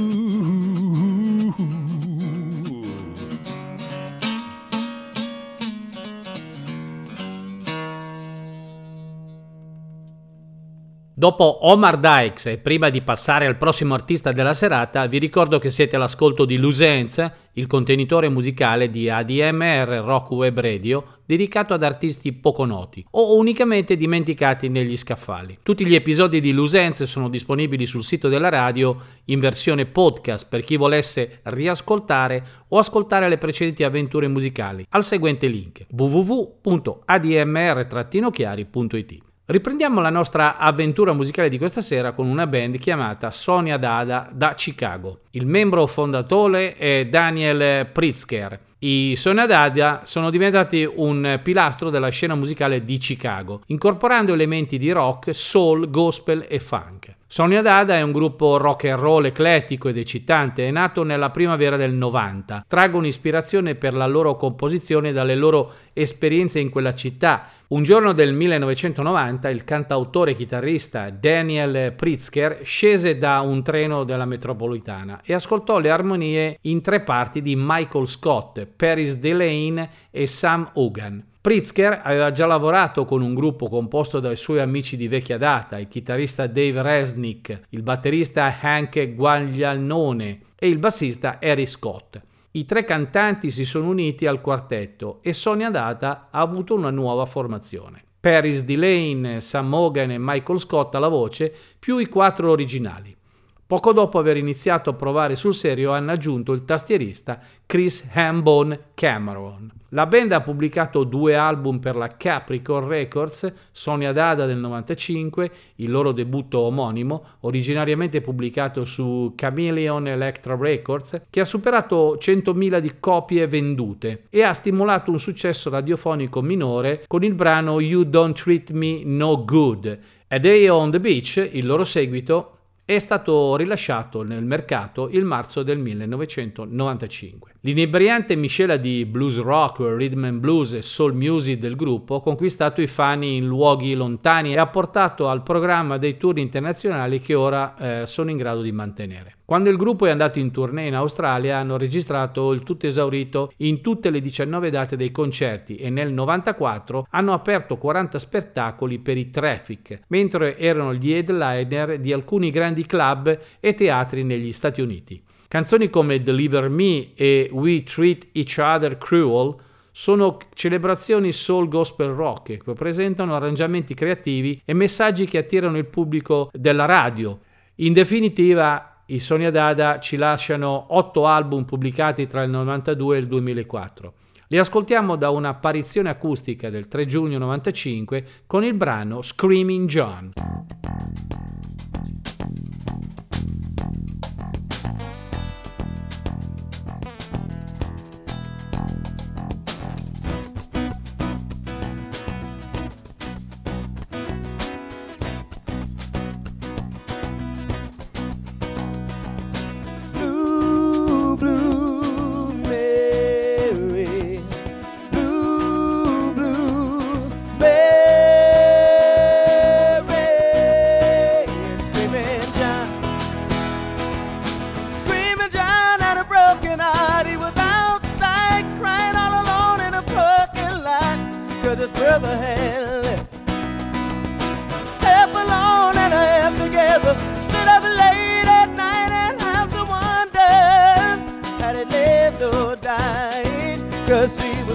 S1: Dopo Omar Dykes e prima di passare al prossimo artista della serata, vi ricordo che siete all'ascolto di Loose Ends, il contenitore musicale di A D M R Rock Web Radio dedicato ad artisti poco noti o unicamente dimenticati negli scaffali. Tutti gli episodi di Loose Ends sono disponibili sul sito della radio in versione podcast per chi volesse riascoltare o ascoltare le precedenti avventure musicali al seguente link: w w w punto a d m r trattino chiari punto i t. Riprendiamo la nostra avventura musicale di questa sera con una band chiamata Sonia Dada da Chicago. Il membro fondatore è Daniel Pritzker. I Sonia Dada sono diventati un pilastro della scena musicale di Chicago, incorporando elementi di rock, soul, gospel e funk. Sonia Dada è un gruppo rock and roll eclettico ed eccitante, è nato nella primavera del novanta. Traggono ispirazione per la loro composizione dalle loro esperienze in quella città. Un giorno del millenovecentonovanta il cantautore e chitarrista Daniel Pritzker scese da un treno della metropolitana e ascoltò le armonie in tre parti di Michael Scott, Paris Delane e Sam Hogan. Pritzker aveva già lavorato con un gruppo composto dai suoi amici di vecchia data, il chitarrista Dave Resnick, il batterista Hank Guaglianone e il bassista Harry Scott. I tre cantanti si sono uniti al quartetto e Sonia Dada ha avuto una nuova formazione. Paris Delane, Sam Hogan e Michael Scott alla voce, più i quattro originali. Poco dopo aver iniziato a provare sul serio hanno aggiunto il tastierista Chris Hambone Cameron. La band ha pubblicato due album per la Capricorn Records, Sonia Dada del novantacinque, il loro debutto omonimo, originariamente pubblicato su Chameleon Electra Records, che ha superato centomila di copie vendute e ha stimolato un successo radiofonico minore con il brano You Don't Treat Me No Good. A Day on the Beach, il loro seguito, è stato rilasciato nel mercato il marzo del millenovecentonovantacinque. L'inebriante miscela di blues rock, rhythm and blues e soul music del gruppo ha conquistato i fan in luoghi lontani e ha portato al programma dei tour internazionali che ora eh, sono in grado di mantenere. Quando il gruppo è andato in tournée in Australia hanno registrato il tutto esaurito in tutte le diciannove date dei concerti e nel novantaquattro hanno aperto quaranta spettacoli per i Traffic, mentre erano gli headliner di alcuni grandi club e teatri negli Stati Uniti. Canzoni come Deliver Me e We Treat Each Other Cruel sono celebrazioni soul gospel rock che presentano arrangiamenti creativi e messaggi che attirano il pubblico della radio. In definitiva, i Sonia Dada ci lasciano otto album pubblicati tra il novantadue e il duemilaquattro. Li ascoltiamo da un'apparizione acustica del tre giugno novantacinque con il brano Screaming John.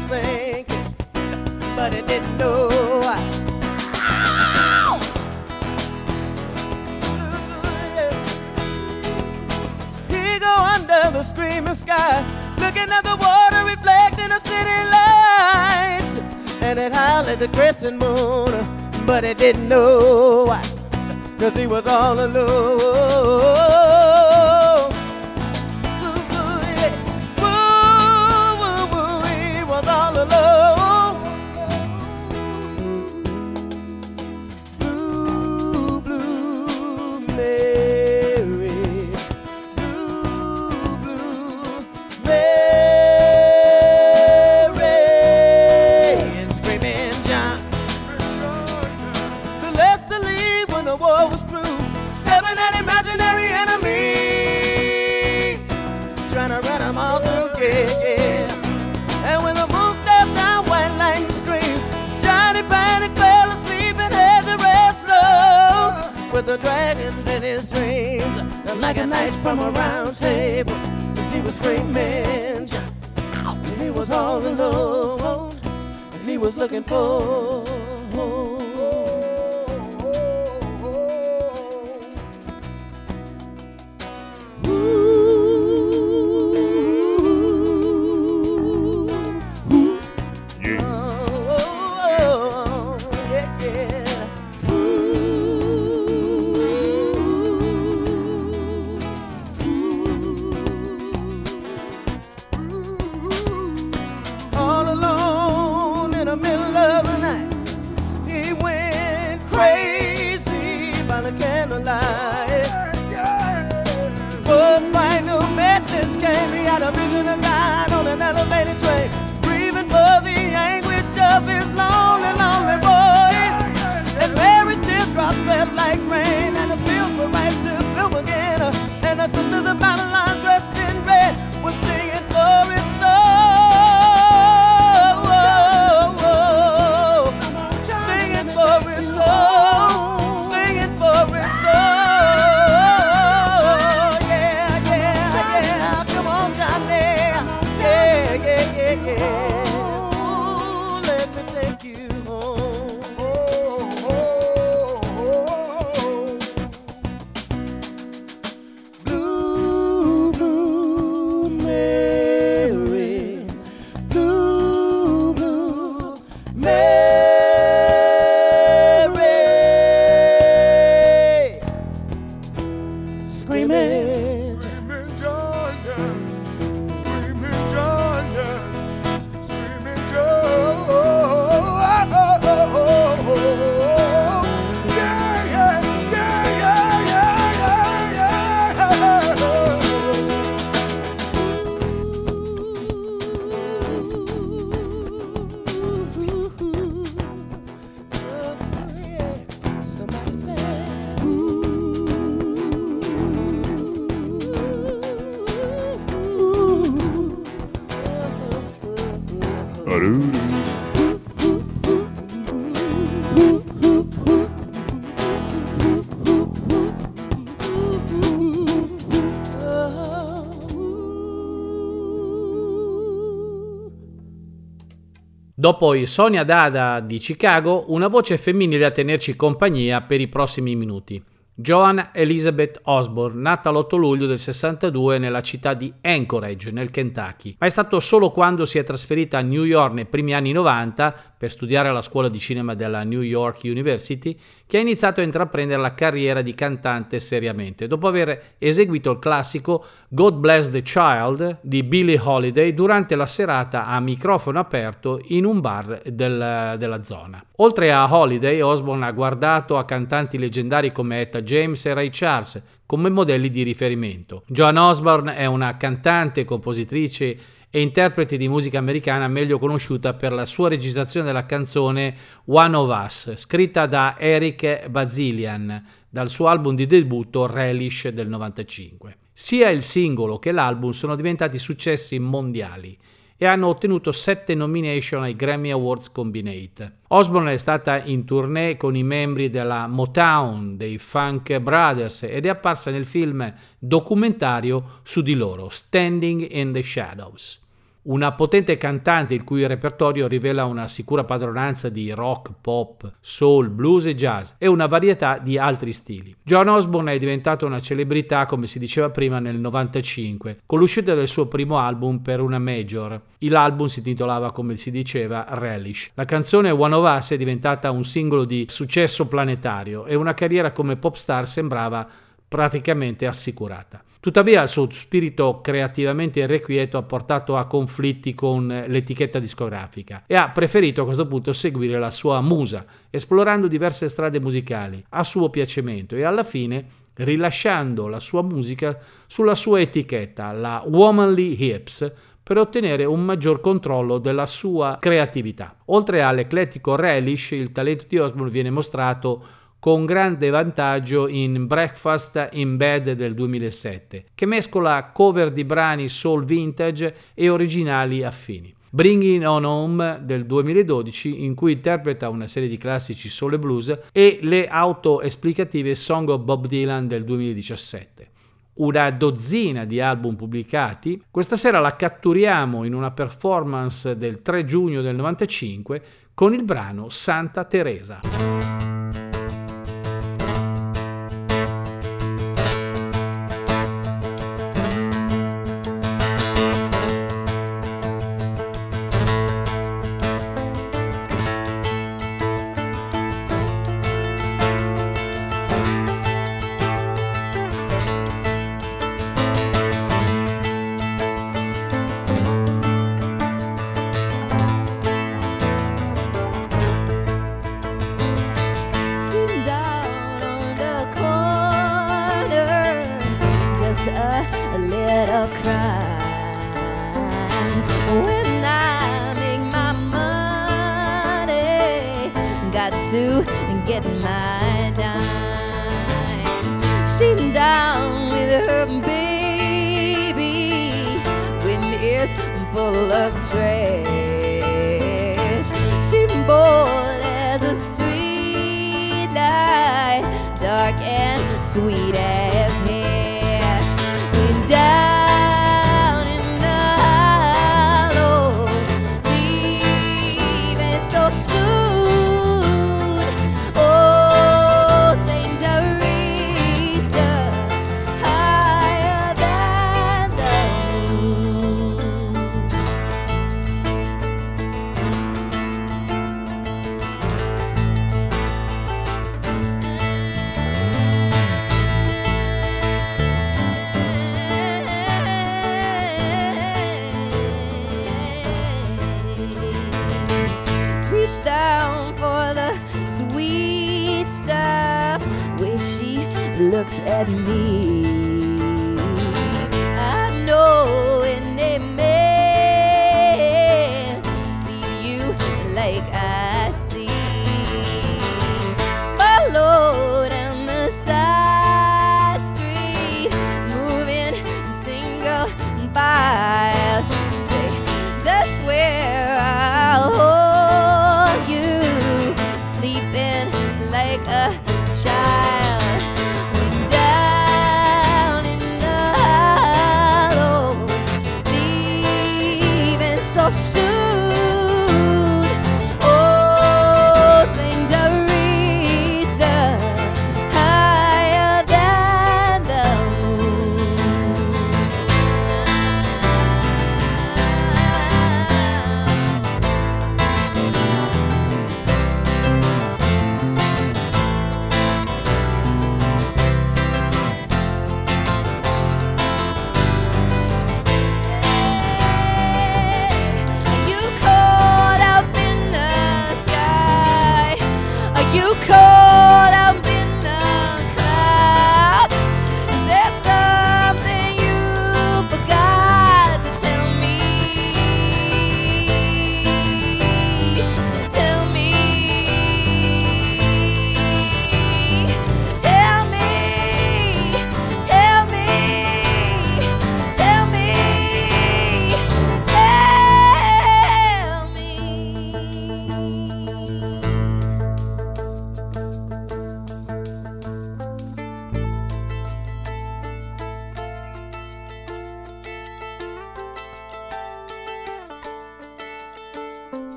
S5: was thinking, but he didn't know. He go under the screaming sky, looking at the water reflecting the city lights, and it howled at the crescent moon, but he didn't know why, 'cause he was all alone. All alone. Blue, blue Mary, blue, blue Mary, and screaming John. The less to leave when the war was through, stabbing at imaginary enemies, trying to run them all through, yeah, yeah. And when the moon stepped down, white lightning screams, Johnny Panic fell asleep and had to wrestle with the dragons in his dreams. And like a knight from a round table, he was screaming, and he was all alone, and he was looking for
S1: Dopo i Sonia Dada di Chicago, una voce femminile a tenerci compagnia per i prossimi minuti. Joan Elizabeth Osborne, nata l'otto luglio del sessantadue nella città di Anchorage, nel Kentucky, ma è stato solo quando si è trasferita a New York nei primi anni novanta per studiare alla scuola di cinema della New York University che ha iniziato a intraprendere la carriera di cantante seriamente, dopo aver eseguito il classico God Bless the Child di Billie Holiday durante la serata a microfono aperto in un bar del, della zona. Oltre a Holiday, Osborne ha guardato a cantanti leggendari come Etta James e Ray Charles come modelli di riferimento. Joan Osborne è una cantante, compositrice e interprete di musica americana meglio conosciuta per la sua registrazione della canzone One of Us, scritta da Eric Bazilian dal suo album di debutto Relish del novantacinque. Sia il singolo che l'album sono diventati successi mondiali e hanno ottenuto sette nomination ai Grammy Awards Combinate. Osborne è stata in tournée con i membri della Motown, dei Funk Brothers ed è apparsa nel film documentario su di loro, Standing in the Shadows. Una potente cantante il cui repertorio rivela una sicura padronanza di rock, pop, soul, blues e jazz e una varietà di altri stili. Joan Osborne è diventata una celebrità, come si diceva prima, nel novantacinque, con l'uscita del suo primo album per una major. L'album si intitolava, come si diceva, Relish. La canzone One of Us è diventata un singolo di successo planetario e una carriera come pop star sembrava praticamente assicurata. Tuttavia il suo spirito creativamente irrequieto ha portato a conflitti con l'etichetta discografica e ha preferito a questo punto seguire la sua musa, esplorando diverse strade musicali a suo piacimento e alla fine rilasciando la sua musica sulla sua etichetta, la Womanly Hips, per ottenere un maggior controllo della sua creatività. Oltre all'eclettico Relish, il talento di Osborne viene mostrato con grande vantaggio in Breakfast in Bed del duemilasette, che mescola cover di brani soul vintage e originali affini. Bringing On Home del duemiladodici, in cui interpreta una serie di classici soul e blues, e le autoesplicative Song of Bob Dylan del duemiladiciassette. Una dozzina di album pubblicati, questa sera la catturiamo in una performance del tre giugno del novantacinque con il brano Santa Teresa.
S4: A little crime when I make my money, got to get my dime. She's down with her baby, with ears full of trash. She's bold as a street light, dark and sweet as hash. Down in the hollow, leaving so soon. Oh, Saint Teresa, higher than the moon. Down for the sweet stuff where she looks at me. I know an amen, see you like I see. Follow down the side street, moving single file. She say, that's where I'll hold like a child. Down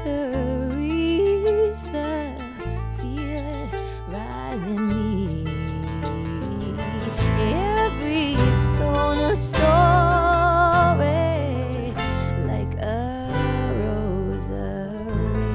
S4: Teresa, feel it rise in me. Every stone a story, like a rosary.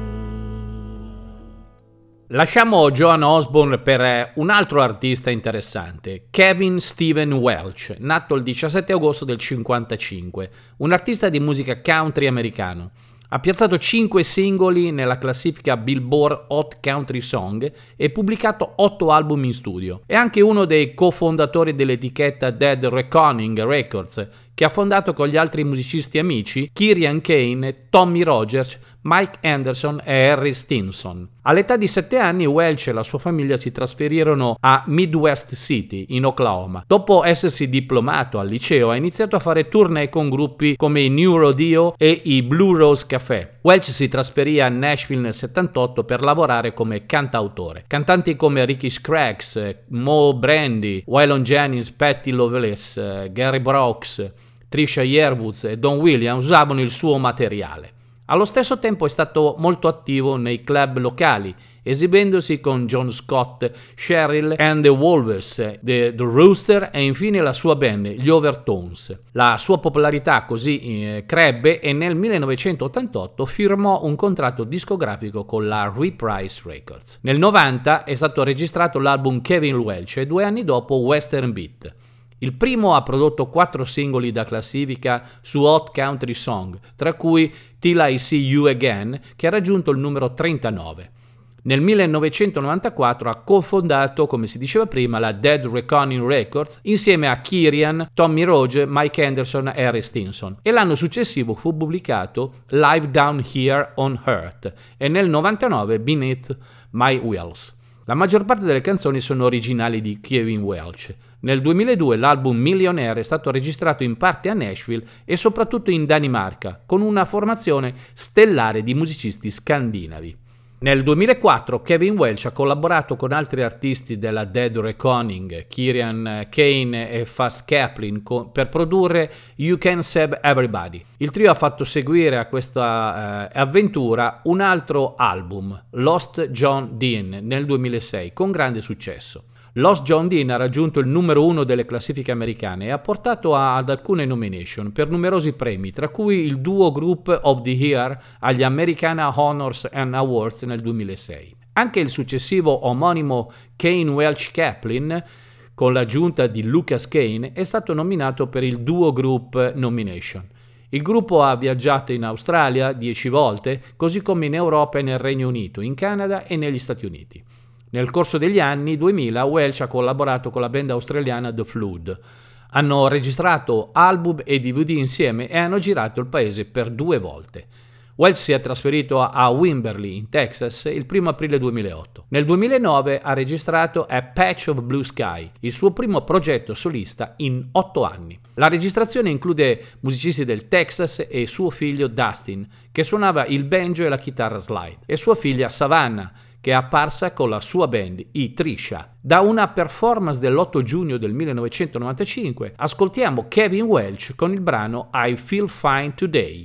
S1: Lasciamo Joan Osborne per un altro artista interessante, Kevin Stephen Welch, nato il diciassette agosto del cinquantacinque, un artista di musica country americano. Ha piazzato cinque singoli nella classifica Billboard Hot Country Song e pubblicato otto album in studio. È anche uno dei cofondatori dell'etichetta Dead Reckoning Records, che ha fondato con gli altri musicisti amici Kieran Kane, Tommy Rogers, Mike Anderson e Harry Stinson. All'età di sette anni Welch e la sua famiglia si trasferirono a Midwest City, in Oklahoma. Dopo essersi diplomato al liceo ha iniziato a fare tournée con gruppi come i New Rodeo e i Blue Rose Café. Welch si trasferì a Nashville nel settantotto per lavorare come cantautore. Cantanti come Ricky Scraggs, Mo Brandy, Waylon Jennings, Patti Loveless, Gary Brooks, Trisha Yearwood e Don Williams usavano il suo materiale. Allo stesso tempo è stato molto attivo nei club locali, esibendosi con John Scott, Cheryl and the Wolvers, The, the Rooster e infine la sua band, gli Overtones. La sua popolarità così eh, crebbe e nel millenovecentottantotto firmò un contratto discografico con la Reprise Records. Nel novanta è stato registrato l'album Kevin Welch e due anni dopo Western Beat. Il primo ha prodotto quattro singoli da classifica su Hot Country Song, tra cui Till I See You Again, che ha raggiunto il numero trentanove. Nel millenovecentonovantaquattro ha cofondato, come si diceva prima, la Dead Reckoning Records insieme a Kieran, Tommy Rogers, Mike Anderson e Harry Stinson, e l'anno successivo fu pubblicato Live Down Here on Earth e nel novantanove Beneath My Wheels. La maggior parte delle canzoni sono originali di Kevin Welch. Nel duemiladue l'album Millionaire è stato registrato in parte a Nashville e soprattutto in Danimarca, con una formazione stellare di musicisti scandinavi. Nel duemilaquattro Kevin Welch ha collaborato con altri artisti della Dead Reckoning, Kieran Kane e Fuzz Kaplan, per produrre You Can Save Everybody. Il trio ha fatto seguire a questa eh, avventura un altro album, Lost John Dean, nel duemilasei, con grande successo. Lost John Dean ha raggiunto il numero uno delle classifiche americane e ha portato ad alcune nomination per numerosi premi, tra cui il Duo Group of the Year agli Americana Honors and Awards nel duemilasei. Anche il successivo omonimo Kane Welch Kaplan, con l'aggiunta di Lucas Kane, è stato nominato per il Duo Group Nomination. Il gruppo ha viaggiato in Australia dieci volte, così come in Europa e nel Regno Unito, in Canada e negli Stati Uniti. Nel corso degli anni duemila Welch ha collaborato con la band australiana The Flood. Hanno registrato album e D V D insieme e hanno girato il paese per due volte. Welch si è trasferito a Wimberley, in Texas, il primo aprile duemilaotto. Nel duemilanove ha registrato A Patch of Blue Sky, il suo primo progetto solista in otto anni. La registrazione include musicisti del Texas e suo figlio Dustin, che suonava il banjo e la chitarra slide, e sua figlia Savannah, che è apparsa con la sua band, i Trisha. Da una performance dell'otto giugno del millenovecentonovantacinque ascoltiamo Kevin Welch con il brano I Feel Fine Today.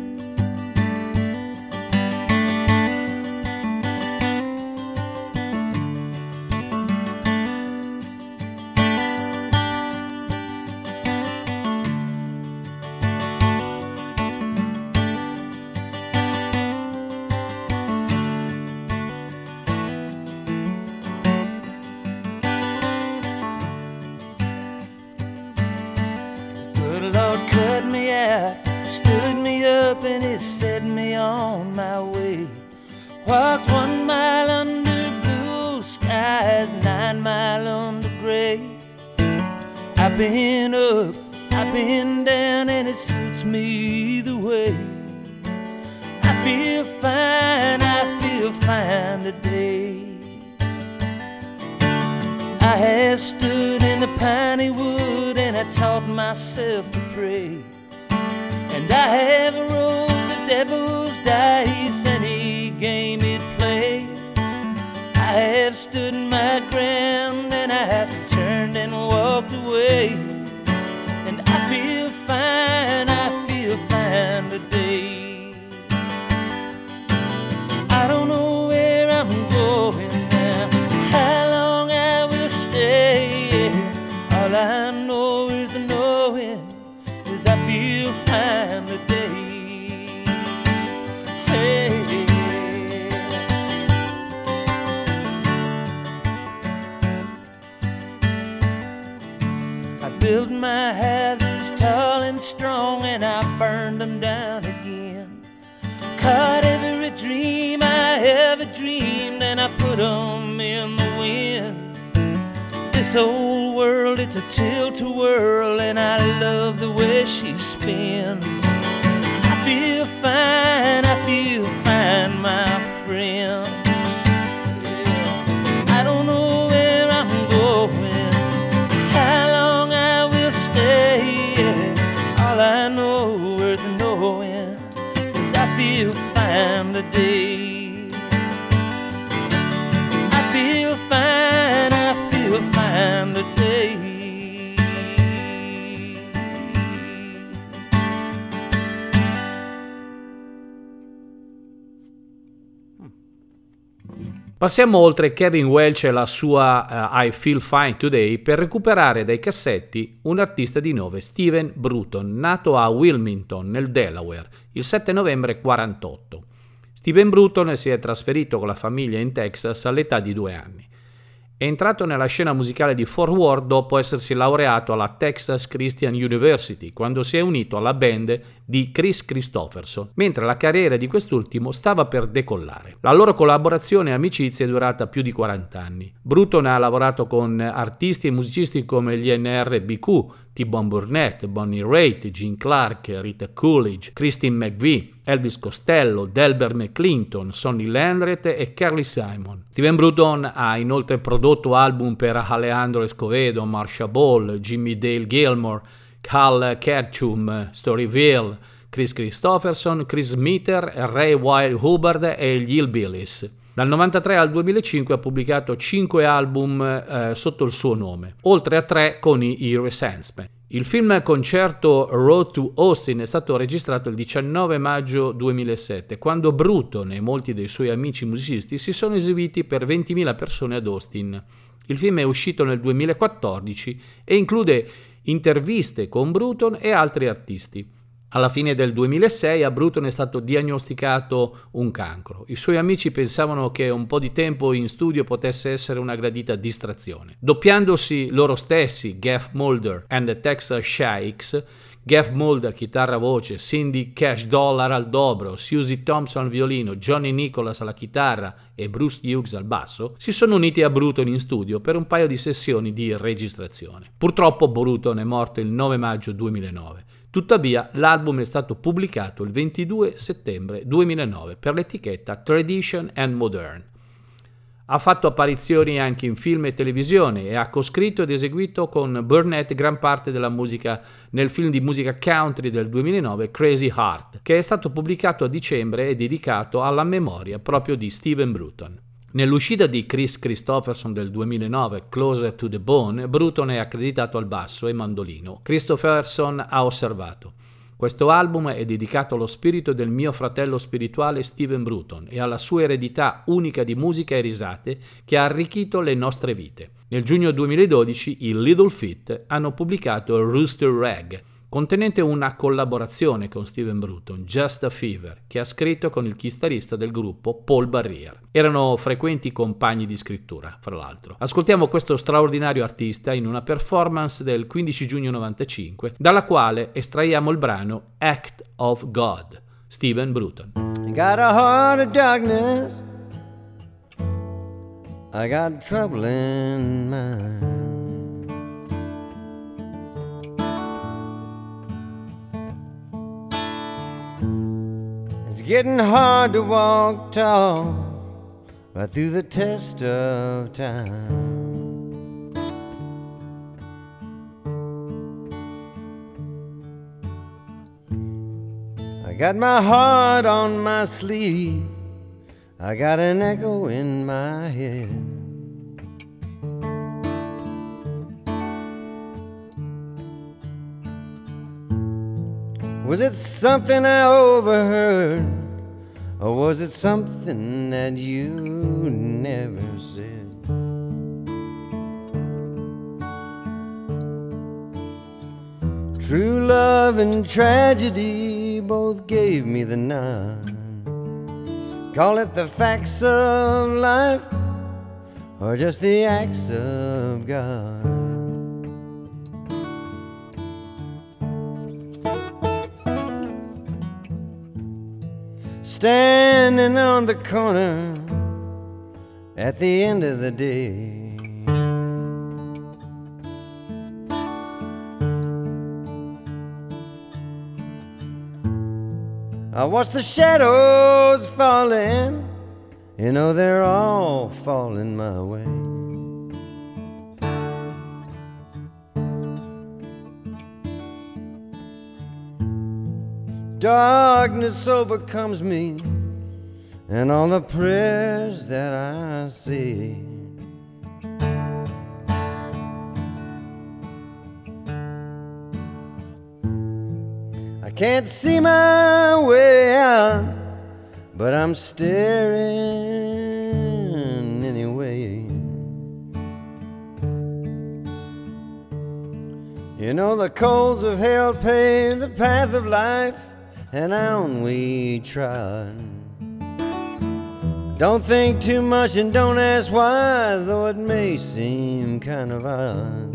S6: Set me on my way. Walked one mile under blue skies, nine mile under gray. I've been up, I've been down, and it suits me either way. I feel fine, I feel fine today. I have stood in the piney wood and I taught myself to pray. And I have rolled the devil's dice, any game it played. I have stood my ground and I have turned and walked away. And I feel fine, I feel fine today. 'cause I feel fine today. Hey. I built my houses tall and strong, and I burned them down again. Caught every dream I ever dreamed, and I put them in the wind. This old world, it's a tilt-a-whirl, and I love the way she spins. I feel fine, I feel fine, my friends. I don't know where I'm going, how long I will stay. All I know worth knowing is I feel fine today. I feel fine, I feel fine today.
S1: Passiamo oltre Kevin Welch e la sua uh, I Feel Fine Today per recuperare dai cassetti un artista di nome Steven Bruton, nato a Wilmington nel Delaware il sette novembre quarantotto. Steven Bruton si è trasferito con la famiglia in Texas all'età di due anni. È entrato nella scena musicale di Fort Worth dopo essersi laureato alla Texas Christian University, quando si è unito alla band di Kris Kristofferson, mentre la carriera di quest'ultimo stava per decollare. La loro collaborazione e amicizia è durata più di quaranta anni. Bruton ha lavorato con artisti e musicisti come gli N R B Q, T-Bone Burnett, Bonnie Raitt, Gene Clark, Rita Coolidge, Christine McVie, Elvis Costello, Delbert McClinton, Sonny Landreth e Carly Simon. Steven Bruton ha inoltre prodotto album per Alejandro Escovedo, Marcia Ball, Jimmy Dale Gilmore, Cal Ketchum, Storyville, Kris Kristofferson, Chris Smither, Ray Wild Hubbard e gli Hillbillies. Dal novantatré al duemilacinque ha pubblicato cinque album eh, sotto il suo nome, oltre a tre con i Eurythmics. Il film concerto Road to Austin è stato registrato il diciannove maggio duemilasette, quando Bruton e molti dei suoi amici musicisti si sono esibiti per ventimila persone ad Austin. Il film è uscito nel duemilaquattordici e include interviste con Bruton e altri artisti. Alla fine del duemilasei a Bruton è stato diagnosticato un cancro. I suoi amici pensavano che un po' di tempo in studio potesse essere una gradita distrazione. Doppiandosi loro stessi, Geoff Mulder and the Texas Shakes, Geoff Mulder chitarra voce, Cindy Cash Dollar al dobro, Susie Thompson al violino, Johnny Nicholas alla chitarra e Bruce Hughes al basso, si sono uniti a Bruton in studio per un paio di sessioni di registrazione. Purtroppo Bruton è morto il nove maggio duemilanove. Tuttavia, l'album è stato pubblicato il ventidue settembre duemilanove per l'etichetta Tradition and Modern. Ha fatto apparizioni anche in film e televisione e ha coscritto ed eseguito con Burnett gran parte della musica nel film di musica country del duemilanove Crazy Heart, che è stato pubblicato a dicembre e dedicato alla memoria proprio di Steven Bruton. Nell'uscita di Kris Kristofferson del duemilanove, Closer to the Bone, Bruton è accreditato al basso e mandolino. Kristofferson ha osservato: questo album è dedicato allo spirito del mio fratello spirituale Steven Bruton e alla sua eredità unica di musica e risate che ha arricchito le nostre vite. Nel giugno duemiladodici i Little Feat hanno pubblicato Rooster Rag, contenente una collaborazione con Steven Bruton, Just a Fever, che ha scritto con il chitarrista del gruppo Paul Barriere. Erano frequenti compagni di scrittura, fra l'altro. Ascoltiamo questo straordinario artista in una performance del quindici giugno novantacinque, dalla quale estraiamo il brano Act of God, Steven Bruton.
S5: I got a heart of darkness, I got trouble in mind. It's getting hard to walk tall right through the test of time. I got my heart on my sleeve, I got an echo in my head. Was it something I overheard, or was it something that you never said?
S8: True love and tragedy both gave me the nod. Call it the facts of life or just the acts of God. Standing on the corner at the end of the day, I watch the shadows falling, you know they're all falling my way. Darkness overcomes me and all the prayers that I say. I can't see my way out, but I'm staring anyway. You know the coals of hell paved the path of life, and on we trod. Don't think too much and don't ask why, though it may seem kind of odd.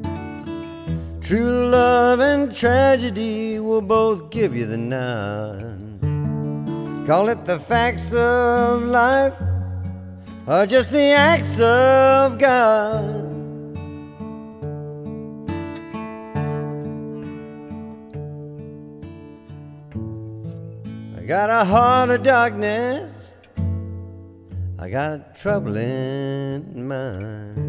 S8: True love and tragedy will both give you the nod. Call it the facts of life or just the acts of God. I got a heart of darkness, I got trouble in mind.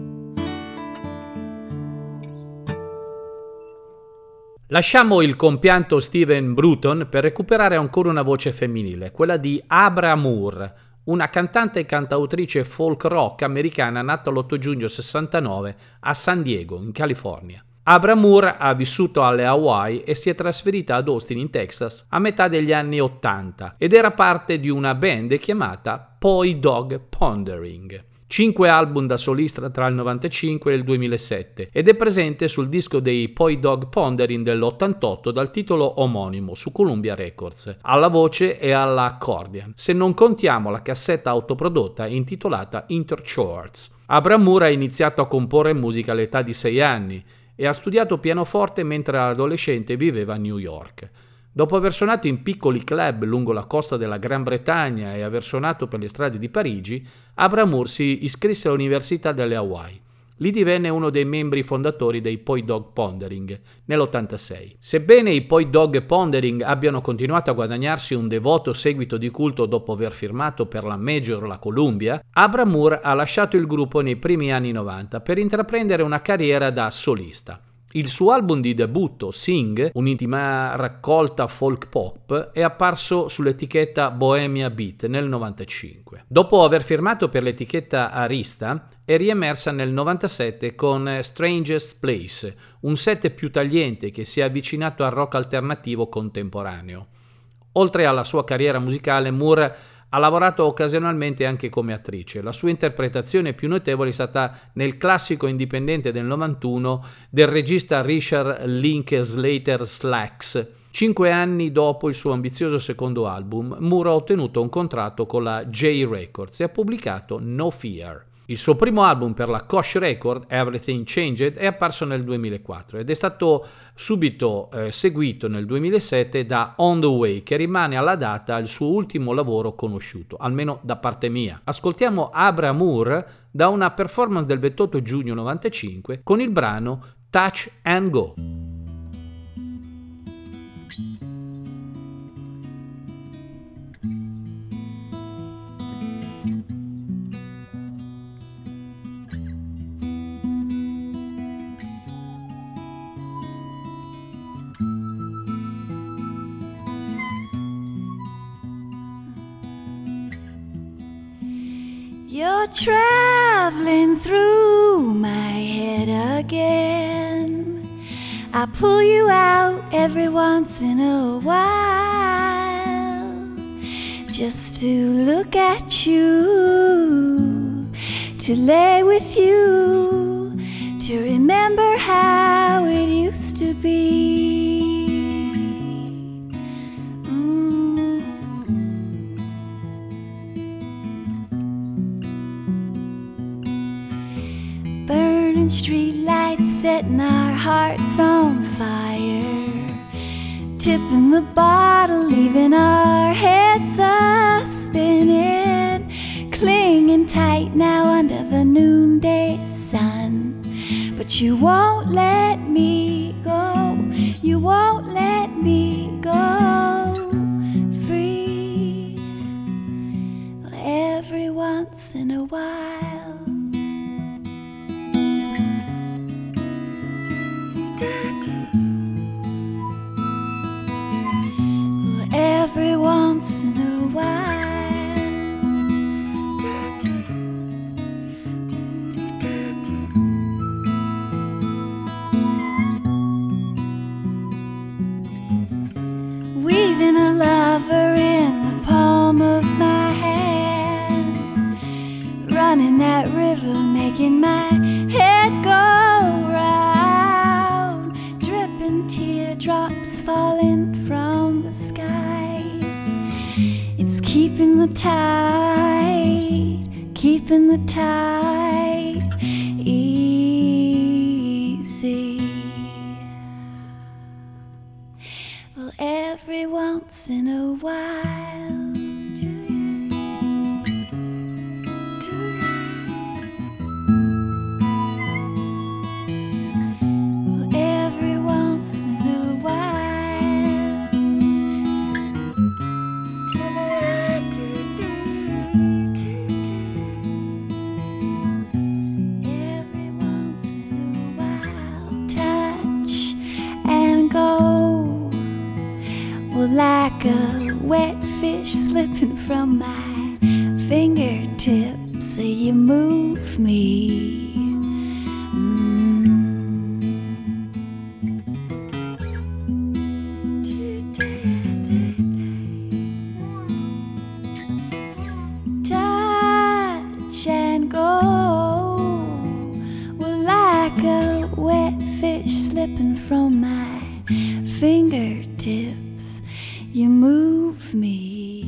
S1: Lasciamo il compianto Steven Bruton per recuperare ancora una voce femminile, quella di Abra Moore, una cantante e cantautrice folk rock americana nata l'otto giugno sessantanove a San Diego, in California. Abra Moore ha vissuto alle Hawaii e si è trasferita ad Austin, in Texas, a metà degli anni ottanta ed era parte di una band chiamata Poi Dog Pondering. Cinque album da solista tra il novantacinque e il duemilasette ed è presente sul disco dei Poi Dog Pondering dell'ottantotto dal titolo omonimo su Columbia Records, alla voce e all'accordion, se non contiamo la cassetta autoprodotta intitolata Interchords. Abra Moore ha iniziato a comporre musica all'età di sei anni e ha studiato pianoforte mentre adolescente viveva a New York. Dopo aver suonato in piccoli club lungo la costa della Gran Bretagna e aver suonato per le strade di Parigi, Abra Moore si iscrisse all'Università delle Hawaii. Lì divenne uno dei membri fondatori dei Poi Dog Pondering nell'ottantasei. Sebbene i Poi Dog Pondering abbiano continuato a guadagnarsi un devoto seguito di culto dopo aver firmato per la major la Columbia, Abra Moore ha lasciato il gruppo nei primi anni novanta per intraprendere una carriera da solista. Il suo album di debutto, Sing, un'intima raccolta folk pop, è apparso sull'etichetta Bohemia Beat nel novantacinque. Dopo aver firmato per l'etichetta Arista, è riemersa nel novantasette con Strangest Place, un set più tagliente che si è avvicinato al rock alternativo contemporaneo. Oltre alla sua carriera musicale, Moore ha lavorato occasionalmente anche come attrice. La sua interpretazione più notevole è stata nel classico indipendente del novantuno del regista Richard Linklater Slacks. Cinque anni dopo il suo ambizioso secondo album, Moore ha ottenuto un contratto con la J Records e ha pubblicato No Fear. Il suo primo album per la Koch Record, Everything Changed, è apparso nel duemilaquattro ed è stato subito eh, seguito nel duemilasette da On the Way, che rimane alla data il suo ultimo lavoro conosciuto, almeno da parte mia. Ascoltiamo Abra Moore da una performance del ventotto giugno novantacinque con il brano Touch and Go.
S4: You're traveling through my head again. I pull you out every once in a while, just to look at you, to lay with you, to remember how it used to be. Mm. Burning street lights setting our hearts on fire, tipping the bottle, leaving our heads a spinning, clinging tight now under the noonday sun. But you won't let me go, you won't let me go free. Every once in a while, every once in a while, weaving a lover in the palm of my hand, running that river, making my head go round, dripping teardrops falling from the sky. It's keeping the tide, keeping the tide easy. Well, every once in a while, do you, do you? Well, every once in a while, every once in a while, touch and go. Well, like a wet fish slipping from my fingertips, so you move me. Mm. Touch and go. Well, like a wet fish slipping from my fingertips, you move me.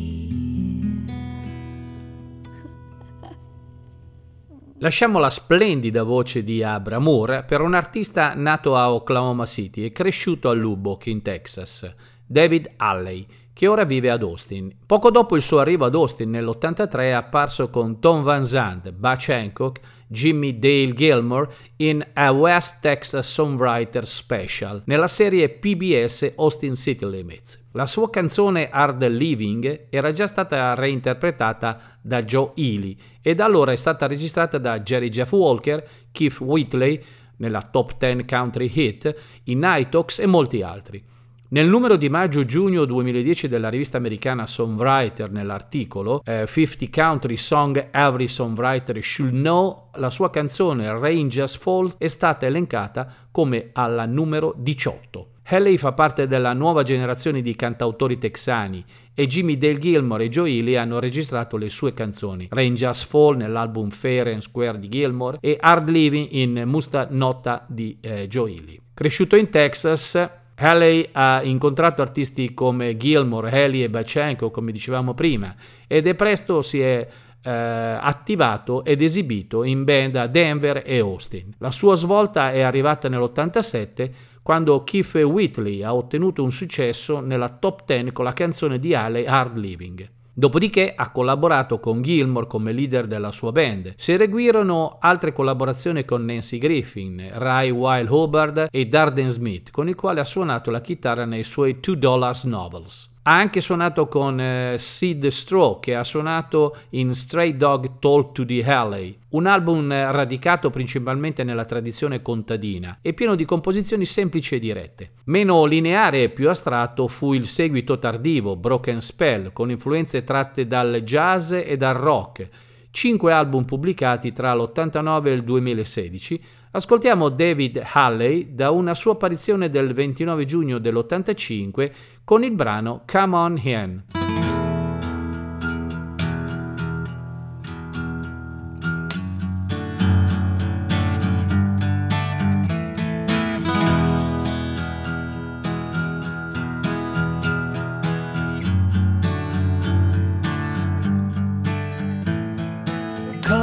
S1: Lasciamo la splendida voce di Abra Moore per un artista nato a Oklahoma City e cresciuto a Lubbock in Texas, David Haley, che ora vive ad Austin. Poco dopo il suo arrivo ad Austin nell'ottantatré è apparso con Tom Van Zandt, Butch Hancock, Jimmy Dale Gilmore in A West Texas Songwriter Special nella serie P B S Austin City Limits. La sua canzone Hard Living era già stata reinterpretata da Joe Ely e da allora è stata registrata da Jerry Jeff Walker, Keith Whitley nella Top dieci Country Hit, i Nighthawks e molti altri. Nel numero di maggio-giugno duemiladieci della rivista americana Songwriter, nell'articolo eh, cinquanta Country Song Every Songwriter Should Know, la sua canzone Rain Just Falls è stata elencata come alla numero diciotto. Haley fa parte della nuova generazione di cantautori texani e Jimmy Dale Gilmore e Joe Ely hanno registrato le sue canzoni, Rain Just Fall nell'album Fair and Square di Gilmore e Hard Living in Musta Nota di eh, Joe Ely. Cresciuto in Texas, Haley ha incontrato artisti come Gilmore, Haley e Butch Hancock, come dicevamo prima, ed è presto si è eh, attivato ed esibito in band a Denver e Austin. La sua svolta è arrivata nell'ottantasette, quando Keith Whitley ha ottenuto un successo nella top dieci con la canzone di Haley Hard Living. Dopodiché ha collaborato con Gilmore come leader della sua band. Seguirono altre collaborazioni con Nancy Griffin, Ray Weil Hubbard e Darden Smith, con il quale ha suonato la chitarra nei suoi Two Dollars Novels. Ha anche suonato con eh, Sid Straw, che ha suonato in Stray Dog Talk to the Haley, un album radicato principalmente nella tradizione contadina e pieno di composizioni semplici e dirette. Meno lineare e più astratto fu il seguito tardivo, Broken Spell, con influenze tratte dal jazz e dal rock. Cinque album pubblicati tra l'ottantanove e il duemilasedici. Ascoltiamo David Haley da una sua apparizione del ventinove giugno dell'ottantacinque con il brano Come On Hen.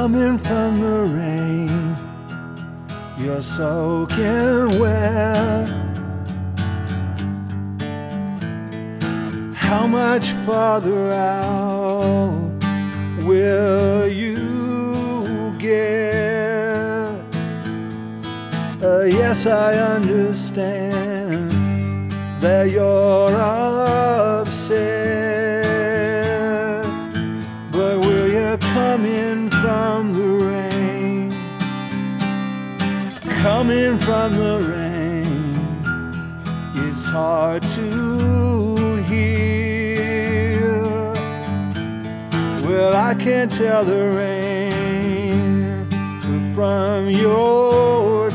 S5: coming from the rain. You're soaking wet. How much farther out will you get? Uh, yes, I understand that you're upset, but will you come in from the rain? Coming from the rain, it's hard to hear. Well, I can't tell the rain from your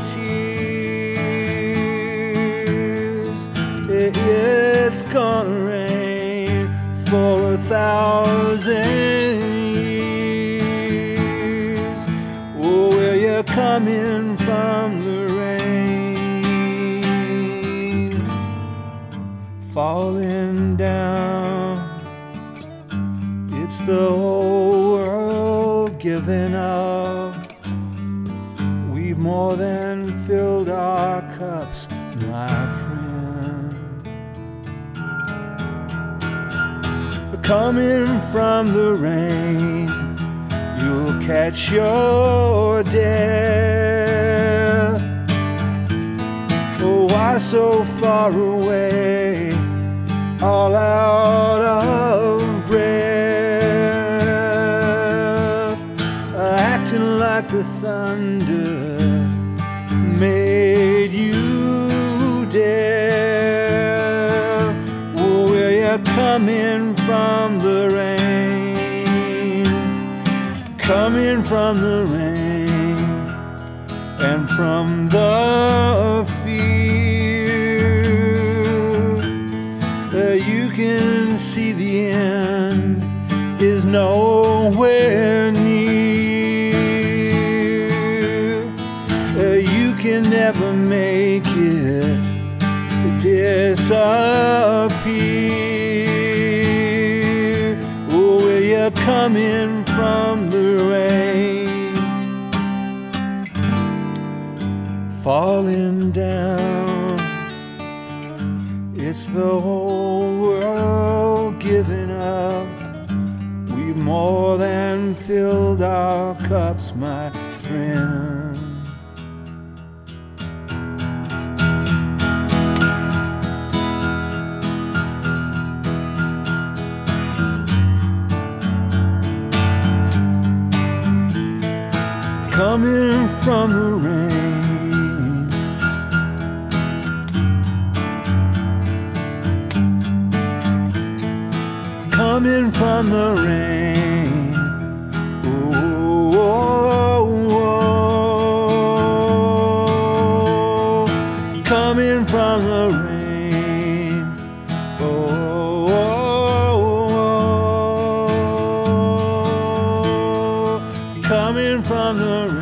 S5: tears. It's gonna rain for a thousand years. Oh, will you come in from the rain? Falling down, it's the whole world giving up. We've more than filled our cups, my friend. Coming from the rain, you'll catch your death. Oh, why so far away, all out of breath, acting like the thunder made you deaf. Oh, will you come in from the rain? Coming from the rain and from the fear, uh, you can see the end is nowhere near. Uh, you can never make it disappear. Oh, will you come in from the rain? Falling down, it's the whole world giving up. We've more than filled our cups, my friend. Coming from the rain, coming from the rain, oh, oh, oh, coming from the rain, oh, oh, oh, coming from the rain.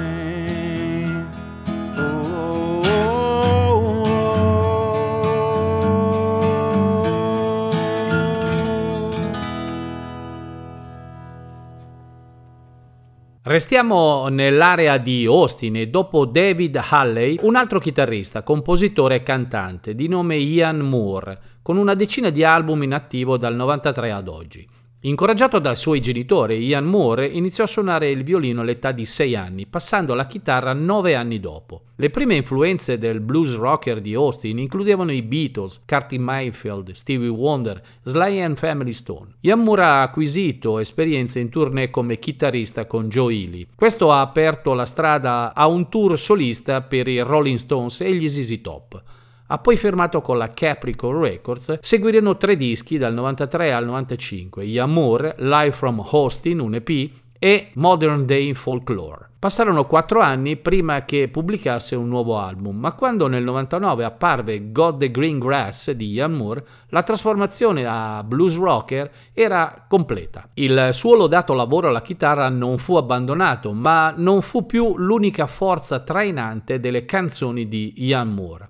S1: Restiamo nell'area di Austin e dopo David Halley, un altro chitarrista, compositore e cantante di nome Ian Moore, con una decina di album in attivo dal novantatré ad oggi. Incoraggiato dai suoi genitori, Ian Moore iniziò a suonare il violino all'età di sei anni, passando alla chitarra nove anni dopo. Le prime influenze del blues rocker di Austin includevano i Beatles, Curtis Mayfield, Stevie Wonder, Sly and Family Stone. Ian Moore ha acquisito esperienze in tournée come chitarrista con Joe Ely. Questo ha aperto la strada a un tour solista per i Rolling Stones e gli Z Z Top. Ha poi firmato con la Capricorn Records. Seguirono tre dischi dal novantatré al novantacinque: Ian Moore, Live from Austin, un E P, e Modern Day Folklore. Passarono quattro anni prima che pubblicasse un nuovo album, ma quando nel novantanove apparve Got the Green Grass di Ian Moore, la trasformazione a blues rocker era completa. Il suo lodato lavoro alla chitarra non fu abbandonato, ma non fu più l'unica forza trainante delle canzoni di Ian Moore.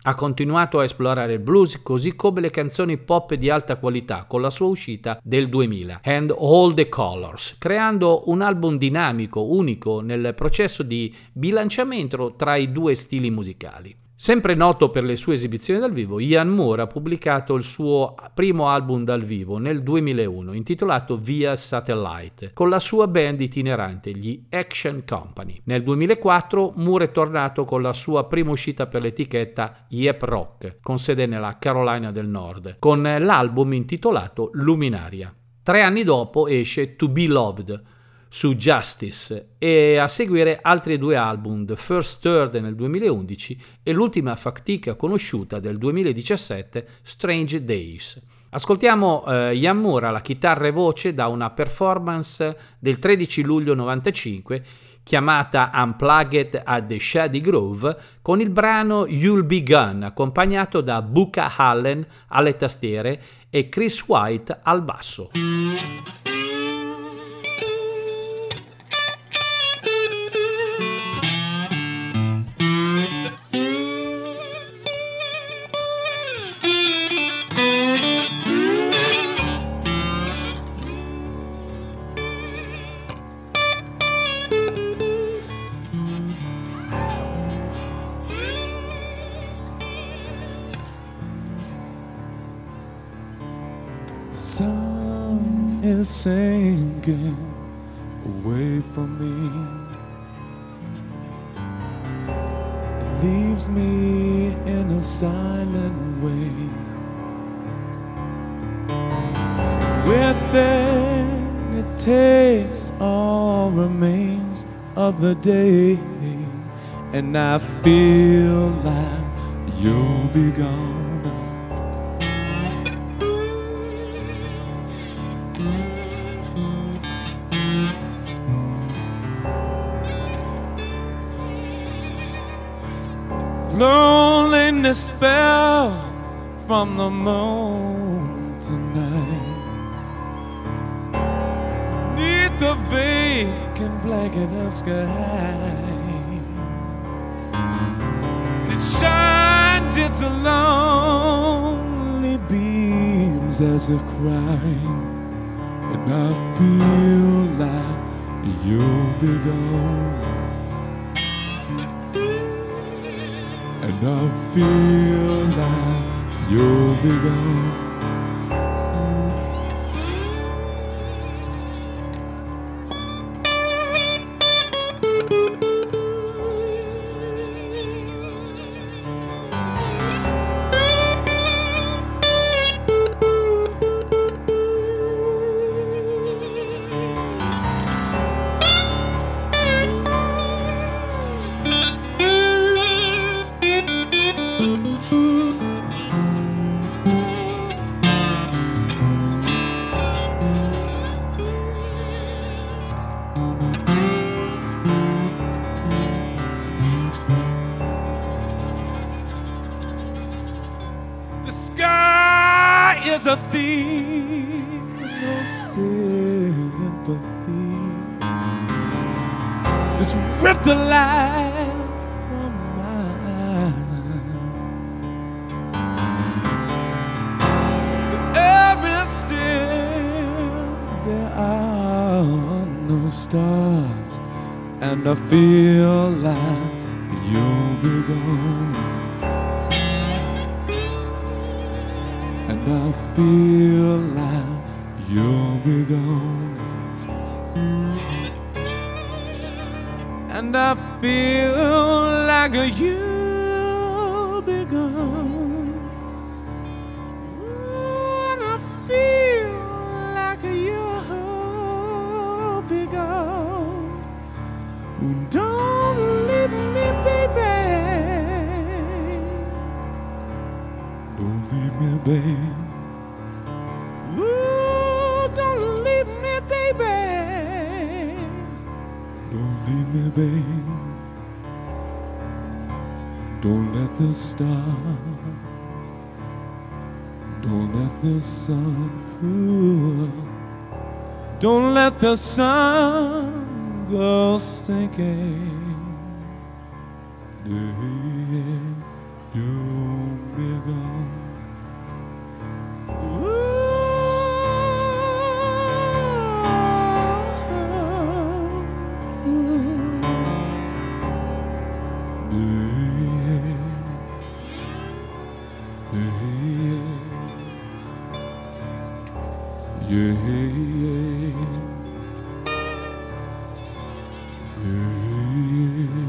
S1: Ha continuato a esplorare il blues così come le canzoni pop di alta qualità con la sua uscita del duemila, And All the Colors, creando un album dinamico, unico nel processo di bilanciamento tra i due stili musicali. Sempre noto per le sue esibizioni dal vivo, Ian Moore ha pubblicato il suo primo album dal vivo nel duemilauno, intitolato Via Satellite, con la sua band itinerante, gli Action Company. Nel duemilaquattro Moore è tornato con la sua prima uscita per l'etichetta Yep Rock, con sede nella Carolina del Nord, con l'album intitolato Luminaria. Tre anni dopo esce To Be Loved su Justice e a seguire altri due album, The First Third nel duemilaundici e l'ultima fatica conosciuta del duemiladiciassette, Strange Days. Ascoltiamo eh, Ian Moore alla chitarra e voce da una performance del tredici luglio novantacinque chiamata Unplugged at the Shady Grove con il brano You'll Be Gone, accompagnato da Buka Allen alle tastiere e Chris White al basso.
S9: Sinking away from me, it leaves me in a silent way. Within it takes all remains of the day, and I feel like you'll be gone. Loneliness fell from the moon tonight, neath the vacant blanket of sky. It shined its lonely beams as if crying, and I feel like you'll be gone. And I feel like you'll be gone. Is a thief with no sympathy. It's ripped the life from mine. The air is still, there are no stars, and I feel like you'll be gone. And I feel like you'll be gone. And I feel like you'll be gone. Ooh, and I feel like you'll be gone. Ooh, don't leave me, baby. Don't leave me, baby. Ooh, don't leave me, baby. Don't leave me, baby. Don't let the star, don't let the sun, ooh, don't let the sun go sinking. Yeah, you gone. Yeah, yeah, yeah.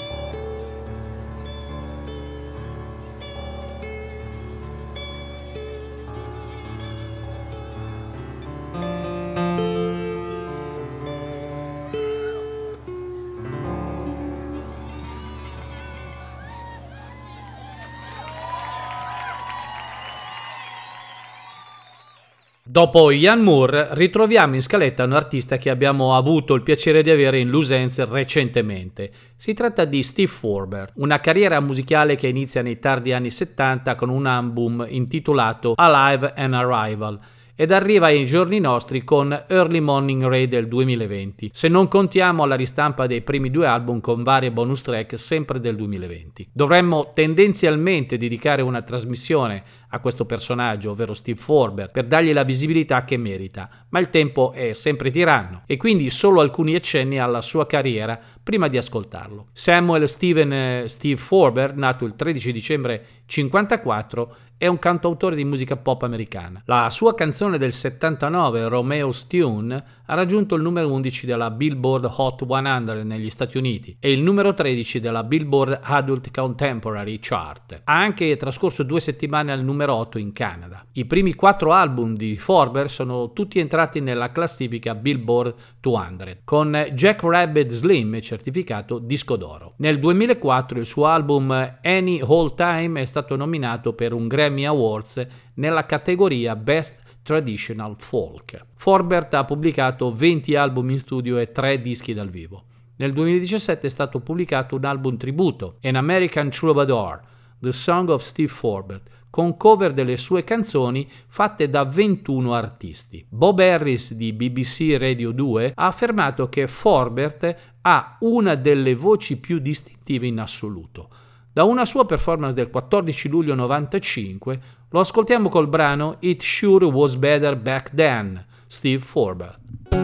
S1: Dopo Ian Moore ritroviamo in scaletta un artista che abbiamo avuto il piacere di avere in Loose Ends recentemente. Si tratta di Steve Forbert, una carriera musicale che inizia nei tardi anni settanta con un album intitolato Alive and Arrival ed arriva ai giorni nostri con Early Morning Ray del duemilaventi, se non contiamo la ristampa dei primi due album con varie bonus track sempre del duemilaventi. Dovremmo tendenzialmente dedicare una trasmissione a questo personaggio, ovvero Steve Forbert, per dargli la visibilità che merita, ma il tempo è sempre tiranno e quindi solo alcuni accenni alla sua carriera prima di ascoltarlo. Samuel Steven Steve Forbert, nato il tredici dicembre cinquantaquattro, è un cantautore di musica pop americana. La sua canzone del settantanove, Romeo's Tune, ha raggiunto il numero undici della Billboard Hot cento negli Stati Uniti e il numero tredici della Billboard Adult Contemporary Chart. Ha anche trascorso due settimane al numero otto in Canada. I primi quattro album di Forbert sono tutti entrati nella classifica Billboard duecento, con Jack Rabbit Slim certificato disco d'oro. Nel duemilaquattro il suo album Any Whole Time è stato nominato per un Grammy Awards nella categoria Best Traditional Folk. Forbert ha pubblicato venti album in studio e tre dischi dal vivo. Nel duemiladiciassette è stato pubblicato un album tributo, An American Troubadour, The Song of Steve Forbert, con cover delle sue canzoni fatte da ventuno artisti. Bob Harris di B B C Radio due ha affermato che Forbert ha una delle voci più distintive in assoluto. Da una sua performance del quattordici luglio novantacinque lo ascoltiamo col brano It Sure Was Better Back Then, Steve Forbert.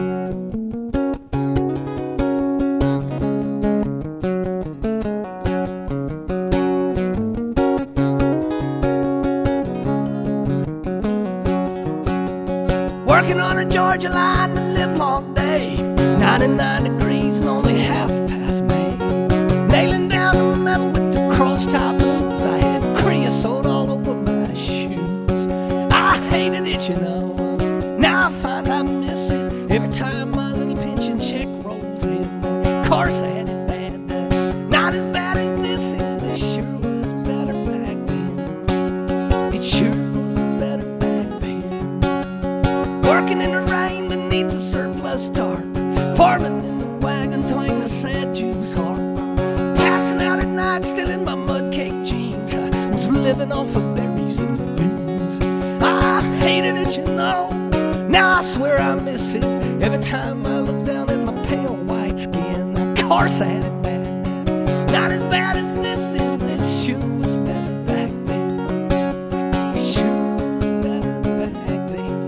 S6: Working on a Georgia line the livelong day, ninety-nine degrees and only half past May. Nailing down the metal with the cross-top blues. I had creosote all over my shoes. I hated it, you know. Now I find I miss it every time my little pension check rolls in. Of course I had it bad, not as bad as this is. It sure was better back then. It sure was better back then. Working in the rain beneath the surplus tarp, farming in the wagon, twang the sad juice harp. Passing out at night, still in my mud cake jeans. I was living off of berries and beans. I hated it, you know. Now I swear I miss it every time I look down at my pale white skin. Of course I had it bad, not as bad as this is. It sure was better back then. It sure was better back then.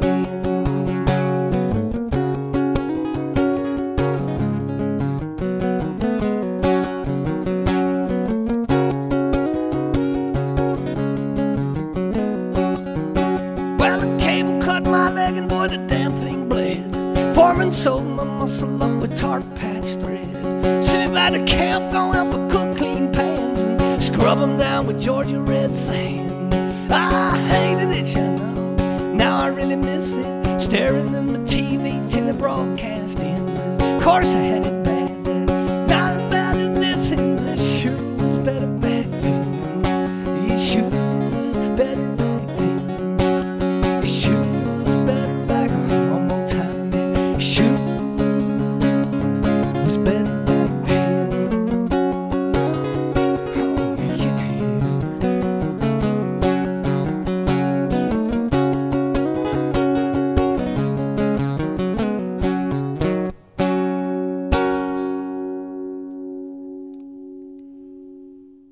S6: Well, the cable cut my leg and boy, the damn thing bled. Foreman sewed my muscle up with tarp patch thread. Sitting by the camp, gonna help her cook clean pans and scrub them down with Georgia red sand. I hated it, you know. Now I really miss it. Staring at my T V till the broadcast ends. Of course I had it bad, not as bad as this is. It sure was better back then. It sure was better back then. It sure was better back one more time. It sure was better back then. Oh, yeah.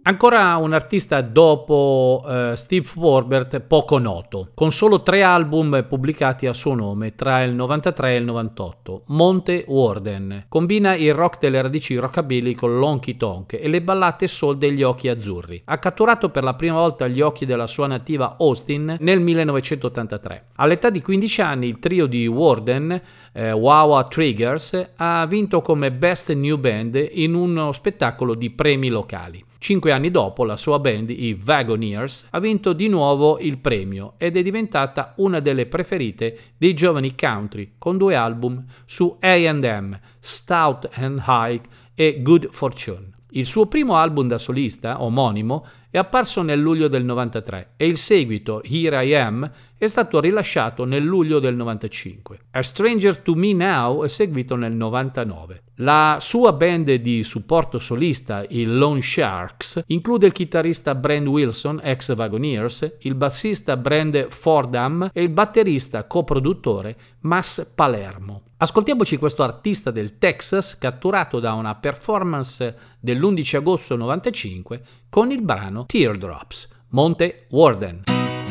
S1: Ancora un artista dopo uh, Steve Forbert poco noto, con solo tre album pubblicati a suo nome tra il novantatré e il novantotto. Monte Warden combina il rock delle radici rockabilly con l'honky tonk e le ballate soul degli Occhi Azzurri. Ha catturato per la prima volta gli occhi della sua nativa Austin nel millenovecentottantatré. All'età di quindici anni il trio di Warden, eh, Wawa Triggers, ha vinto come Best New Band in uno spettacolo di premi locali. Cinque anni dopo, la sua band, i Wagoneers, ha vinto di nuovo il premio ed è diventata una delle preferite dei giovani country, con due album su A and M, Stout and High e Good Fortune. Il suo primo album da solista, omonimo, è apparso nel luglio del novantatré e il seguito, Here I Am, è stato rilasciato nel luglio del novantacinque. A Stranger to Me Now è seguito nel novantanove. La sua band di supporto solista, i Lone Sharks, include il chitarrista Brand Wilson, ex Wagoneers, il bassista Brand Fordham e il batterista coproduttore Mas Palermo. Ascoltiamoci questo artista del Texas catturato da una performance dell'undici agosto novantacinque con il brano Teardrops, Monte Warden.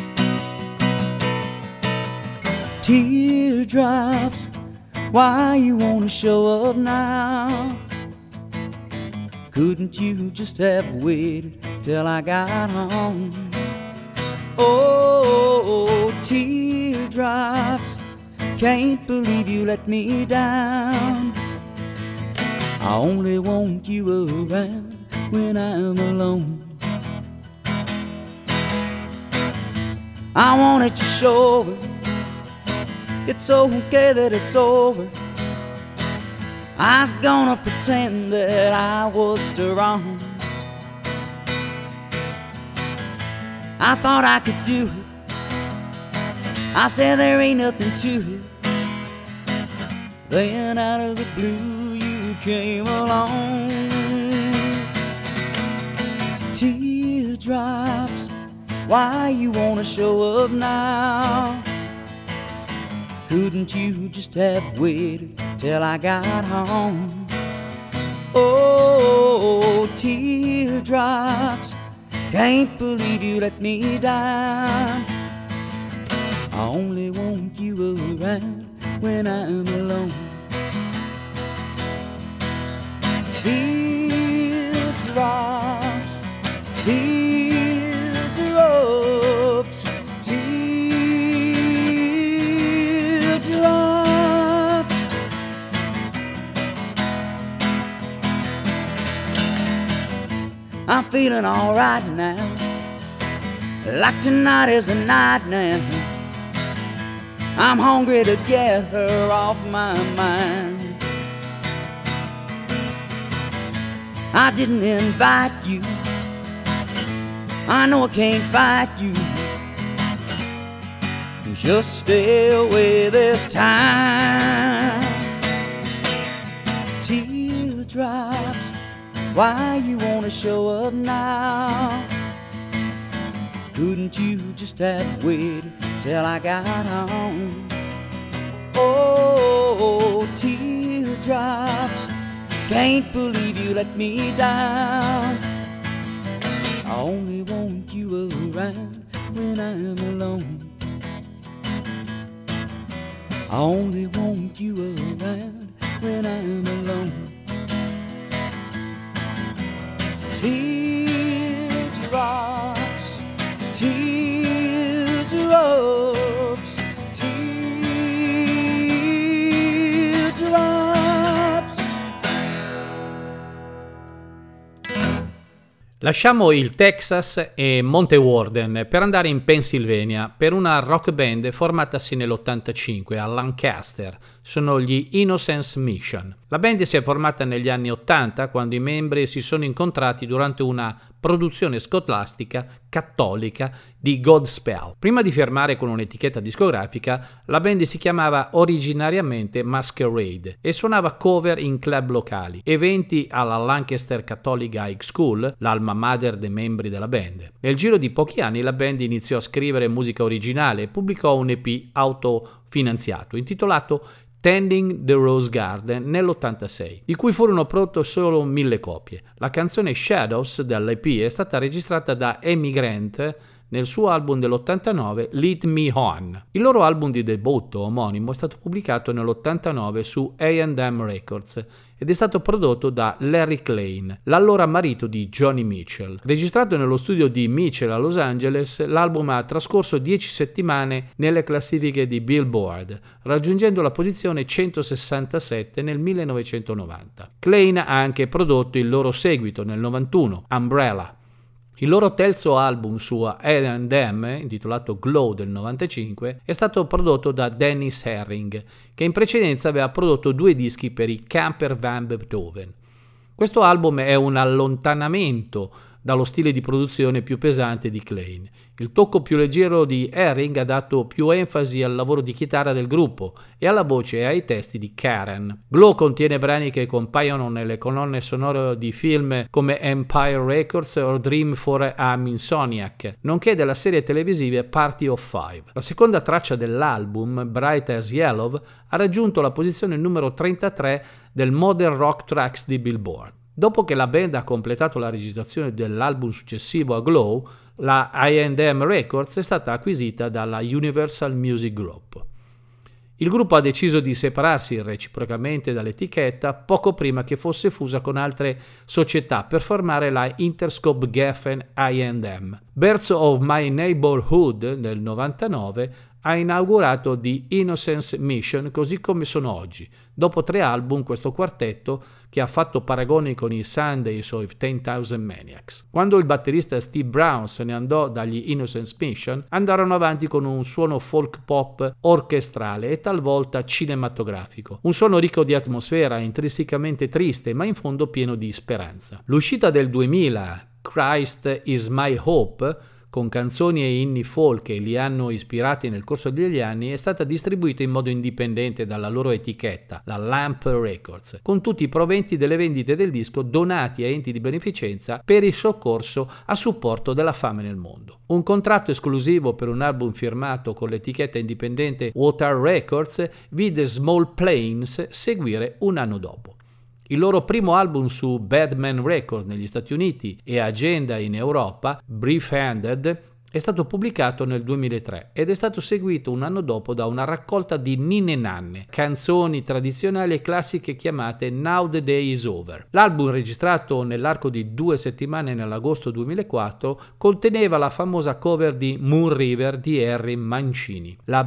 S2: Teardrops, why you wanna show up now? Couldn't you just have waited till I got home? Oh, teardrops, can't believe you let me down. I only want you around when I'm alone. I wanted to show her it's okay that it's over. I was gonna pretend that I was strong. I thought I could do it. I said there ain't nothing to it. Then out of the blue you came along. Teardrops, why you wanna show up now? Couldn't you just have waited till I got home? Oh, teardrops, can't believe you let me down. I only want you around when I'm alone. Teardrops, teardrops, teardrops. I'm feeling alright now, like tonight is the night now. I'm hungry to get her off my mind. I didn't invite you, I know I can't fight you. Just stay away this time. Teardrops, why you wanna show up now? Couldn't you just have waited till I got home? Oh, teardrops, can't believe you let me down. I only want you around when I'm alone. I only want you around when I'm alone. Teardrops, teardrops, teardrops.
S1: Lasciamo il Texas e Monte Warden per andare in Pennsylvania per una rock band formatasi nell'ottantacinque a Lancaster. Sono gli Innocence Mission. La band si è formata negli anni ottanta quando i membri si sono incontrati durante una produzione scolastica cattolica di Godspell. Prima di firmare con un'etichetta discografica, la band si chiamava originariamente Masquerade e suonava cover in club locali, eventi alla Lancaster Catholic High School, l'alma mater dei membri della band. Nel giro di pochi anni la band iniziò a scrivere musica originale e pubblicò un E P autofinanziato intitolato Tending the Rose Garden nell'ottantasei, di cui furono prodotte solo mille copie. La canzone Shadows dell'E P è stata registrata da Amy Grant nel suo album dell'ottantanove Lead Me On. Il loro album di debutto omonimo è stato pubblicato nell'ottantanove su A and M Records ed è stato prodotto da Larry Klein, l'allora marito di Joni Mitchell. Registrato nello studio di Mitchell a Los Angeles, l'album ha trascorso dieci settimane nelle classifiche di Billboard, raggiungendo la posizione centosessantasette nel millenovecentonovanta. Klein ha anche prodotto il loro seguito nel novantuno, Umbrella. Il loro terzo album su A and M, intitolato Glow del novantacinque, è stato prodotto da Dennis Herring, che in precedenza aveva prodotto due dischi per i Camper Van Beethoven. Questo album è un allontanamento dallo stile di produzione più pesante di Klein. Il tocco più leggero di Herring ha dato più enfasi al lavoro di chitarra del gruppo e alla voce e ai testi di Karen. Glow contiene brani che compaiono nelle colonne sonore di film come Empire Records o Dream for a Insomniac, nonché della serie televisiva Party of Five. La seconda traccia dell'album, Bright as Yellow, ha raggiunto la posizione numero trentatré del Modern Rock Tracks di Billboard. Dopo che la band ha completato la registrazione dell'album successivo a Glow, la A and M Records è stata acquisita dalla Universal Music Group. Il gruppo ha deciso di separarsi reciprocamente dall'etichetta poco prima che fosse fusa con altre società per formare la Interscope Geffen A and M. Birds of My Neighborhood del novantanove ha inaugurato The Innocence Mission così come sono oggi. Dopo tre album, questo quartetto, che ha fatto paragoni con i Sundays o i Ten Thousand Maniacs. Quando il batterista Steve Brown se ne andò dagli Innocence Mission, andarono avanti con un suono folk pop orchestrale e talvolta cinematografico. Un suono ricco di atmosfera, intrinsecamente triste, ma in fondo pieno di speranza. L'uscita del duemila, Christ is My Hope, con canzoni e inni folk che li hanno ispirati nel corso degli anni, è stata distribuita in modo indipendente dalla loro etichetta, la Lamp Records, con tutti i proventi delle vendite del disco donati a enti di beneficenza per il soccorso a supporto della fame nel mondo. Un contratto esclusivo per un album firmato con l'etichetta indipendente Water Records vide Small Planes seguire un anno dopo. Il loro primo album su Badman Records negli Stati Uniti e Agenda in Europa, Brief-Handed, è stato pubblicato nel duemilatré ed è stato seguito un anno dopo da una raccolta di ninne nanne, canzoni tradizionali e classiche chiamate Now the Day is Over. L'album, registrato nell'arco di due settimane nell'agosto duemilaquattro, conteneva la famosa cover di Moon River di Harry Mancini. La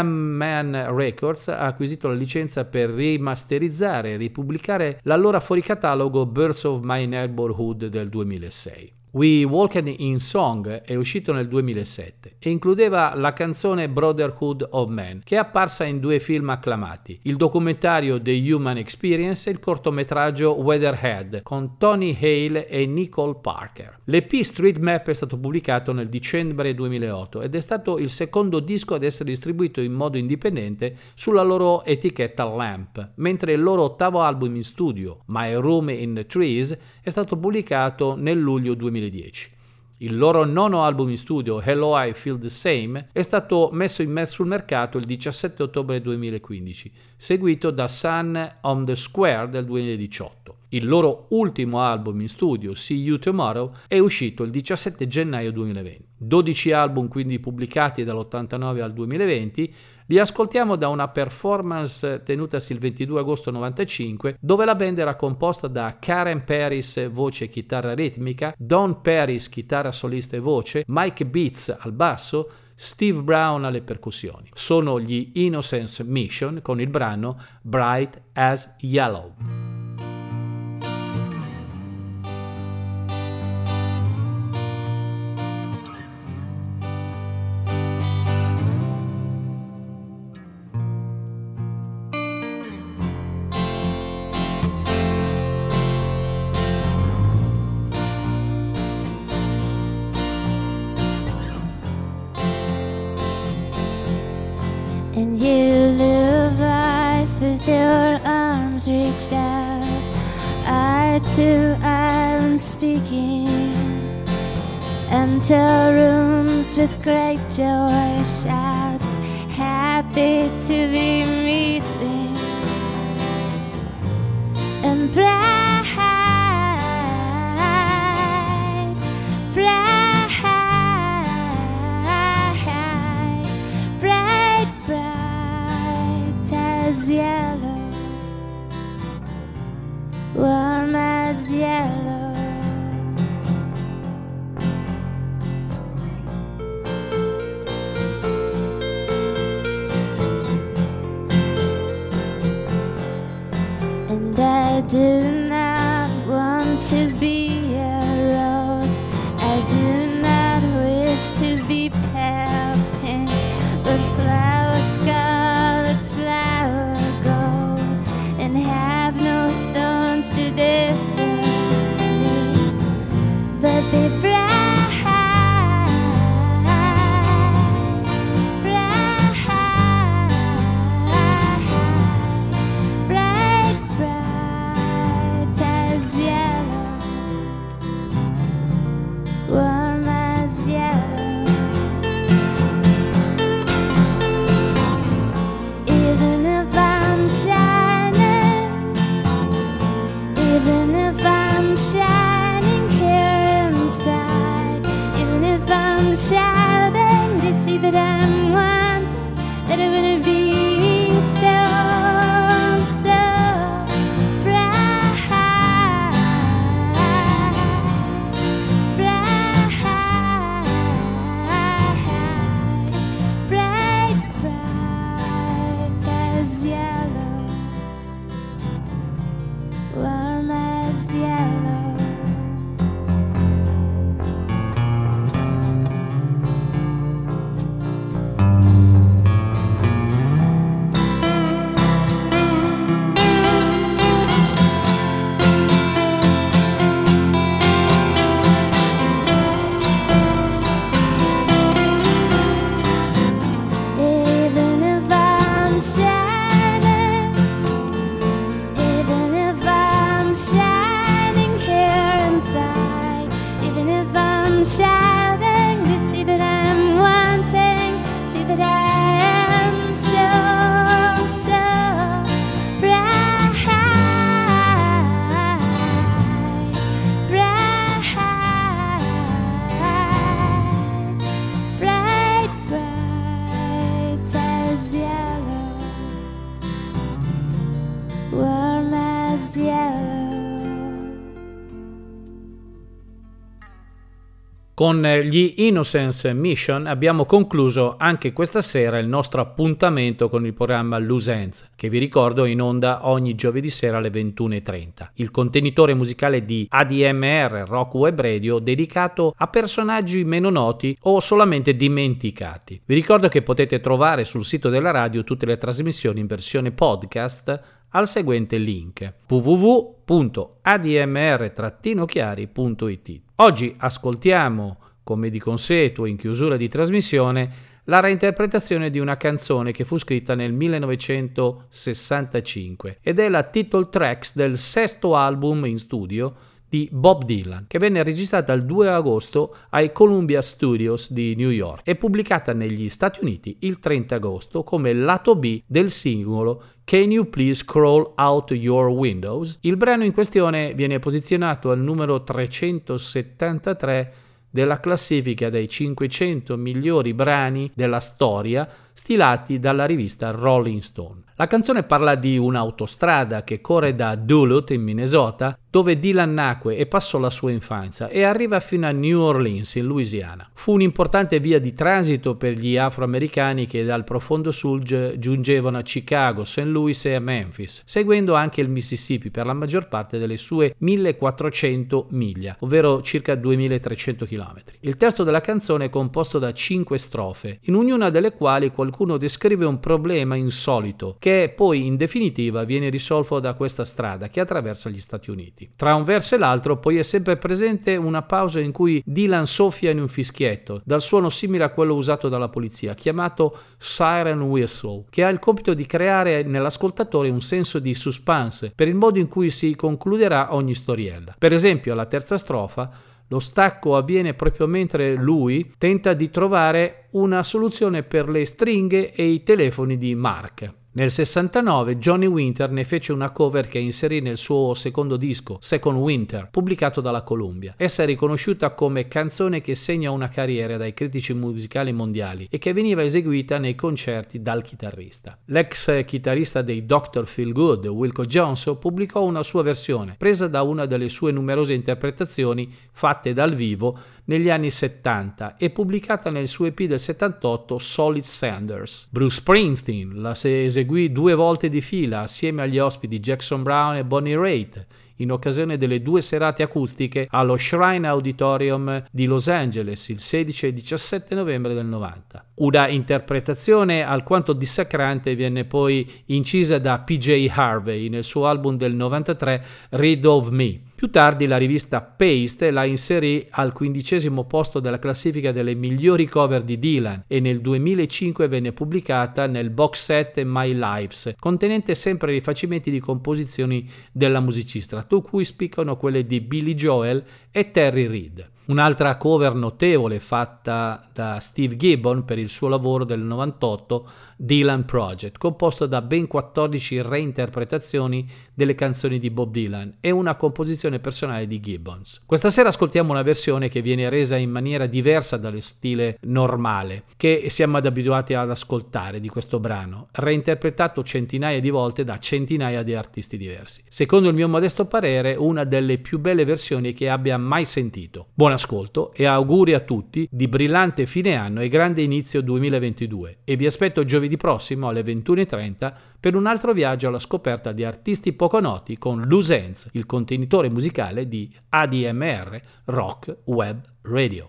S1: Badman Records ha acquisito la licenza per rimasterizzare e ripubblicare l'allora fuori catalogo Birds of My Neighborhood del duemilasei. We Walked in Song è uscito nel duemilasette e includeva la canzone Brotherhood of Man, che è apparsa in due film acclamati, il documentario The Human Experience e il cortometraggio Weatherhead con Tony Hale e Nicole Parker. L'E P Street Map è stato pubblicato nel dicembre duemilaotto ed è stato il secondo disco ad essere distribuito in modo indipendente sulla loro etichetta Lamp, mentre il loro ottavo album in studio, My Room in the Trees, è stato pubblicato nel luglio duemiladieci. Il loro nono album in studio, Hello I Feel the Same, è stato messo in me- sul mercato il diciassette ottobre duemilaquindici, seguito da Sun on the Square del duemiladiciotto. Il loro ultimo album in studio, See You Tomorrow, è uscito il diciassette gennaio duemilaventi. dodici album quindi pubblicati dall'ottantanove al duemilaventi, li ascoltiamo da una performance tenutasi il ventidue agosto novantacinque, dove la band era composta da Karen Paris voce e chitarra ritmica, Don Paris chitarra solista e voce, Mike Beats al basso, Steve Brown alle percussioni. Sono gli Innocence Mission con il brano Bright as Yellow.
S4: And you live life with your arms reached out, eye to eye unspeaking. Enter rooms with great joy, shouts, happy to be meeting. bright, bright, bright, bright as yellow, warm as yellow. And I do not want to be a rose, I do not wish to be pale pink, but flower scarlet, flower gold, and have no thorns to distance me, but be bright. Shining here inside, even if I'm shouting to see that I'm wanted, that I wouldn't be so, so bright, bright, bright, bright as yellow, warm as yellow. Shining here inside, even if I'm shouting to see that I'm wanting, see that I am so, so bright, bright, bright, bright as yellow, warm as yellow.
S1: Con gli Innocence Mission abbiamo concluso anche questa sera il nostro appuntamento con il programma Loose Ends, che vi ricordo è in onda ogni giovedì sera alle ventuno e trenta, il contenitore musicale di A D M R Rock Web Radio dedicato a personaggi meno noti o solamente dimenticati. Vi ricordo che potete trovare sul sito della radio tutte le trasmissioni in versione podcast al seguente link: w w w punto a d m r chiari punto i t. Oggi ascoltiamo, come di consueto in chiusura di trasmissione, la reinterpretazione di una canzone che fu scritta nel millenovecentosessantacinque ed è la title tracks del sesto album in studio di Bob Dylan, che venne registrata il due agosto ai Columbia Studios di New York e pubblicata negli Stati Uniti il trenta agosto come lato B del singolo Can You Please Crawl Out Your Windows. Il brano in questione viene posizionato al numero trecentosettantatré della classifica dei cinquecento migliori brani della storia stilati dalla rivista Rolling Stone. La canzone parla di un'autostrada che corre da Duluth in Minnesota, dove Dylan nacque e passò la sua infanzia, e arriva fino a New Orleans in Louisiana. Fu un'importante via di transito per gli afroamericani che dal profondo sud giungevano a Chicago, Saint Louis e a Memphis, seguendo anche il Mississippi per la maggior parte delle sue millequattrocento miglia, ovvero circa duemilatrecento chilometri. Il testo della canzone è composto da cinque strofe, in ognuna delle quali qualcuno descrive un problema insolito che poi in definitiva viene risolto da questa strada che attraversa gli Stati Uniti. Tra un verso e l'altro poi è sempre presente una pausa in cui Dylan soffia in un fischietto, dal suono simile a quello usato dalla polizia, chiamato siren whistle, che ha il compito di creare nell'ascoltatore un senso di suspense per il modo in cui si concluderà ogni storiella. Per esempio, alla terza strofa lo stacco avviene proprio mentre lui tenta di trovare una soluzione per le stringhe e i telefoni di Mark. Nel sessantanove Johnny Winter ne fece una cover che inserì nel suo secondo disco, Second Winter, pubblicato dalla Columbia. Essa è riconosciuta come canzone che segna una carriera dai critici musicali mondiali e che veniva eseguita nei concerti dal chitarrista. L'ex chitarrista dei doctor Feelgood, Wilco Johnson, pubblicò una sua versione, presa da una delle sue numerose interpretazioni fatte dal vivo negli anni settanta e pubblicata nel suo E P del settantotto Solid Sanders. Bruce Springsteen la eseguì due volte di fila assieme agli ospiti Jackson Browne e Bonnie Raitt in occasione delle due serate acustiche allo Shrine Auditorium di Los Angeles il sedici e diciassette novembre del novanta. Una interpretazione alquanto dissacrante viene poi incisa da P J Harvey nel suo album del novantatré Rid of Me. Più tardi la rivista Paste la inserì al quindicesimo posto della classifica delle migliori cover di Dylan e nel duemilacinque venne pubblicata nel box set My Lives, contenente sempre rifacimenti di composizioni della musicista, tra cui spiccano quelle di Billy Joel e Terry Reid. Un'altra cover notevole fatta da Steve Gibbon per il suo lavoro del novantotto, Dylan Project, composto da ben quattordici reinterpretazioni delle canzoni di Bob Dylan e una composizione personale di Gibbons. Questa sera ascoltiamo una versione che viene resa in maniera diversa dallo stile normale che siamo abituati ad ascoltare di questo brano, reinterpretato centinaia di volte da centinaia di artisti diversi. Secondo il mio modesto parere, una delle più belle versioni che abbia mai sentito. Buon ascolto e auguri a tutti di brillante fine anno e grande inizio duemilaventidue, e vi aspetto giovedì prossimo alle ventuno e trenta per un altro viaggio alla scoperta di artisti poco noti con Loose Ends, il contenitore musicale di A D M R Rock Web Radio.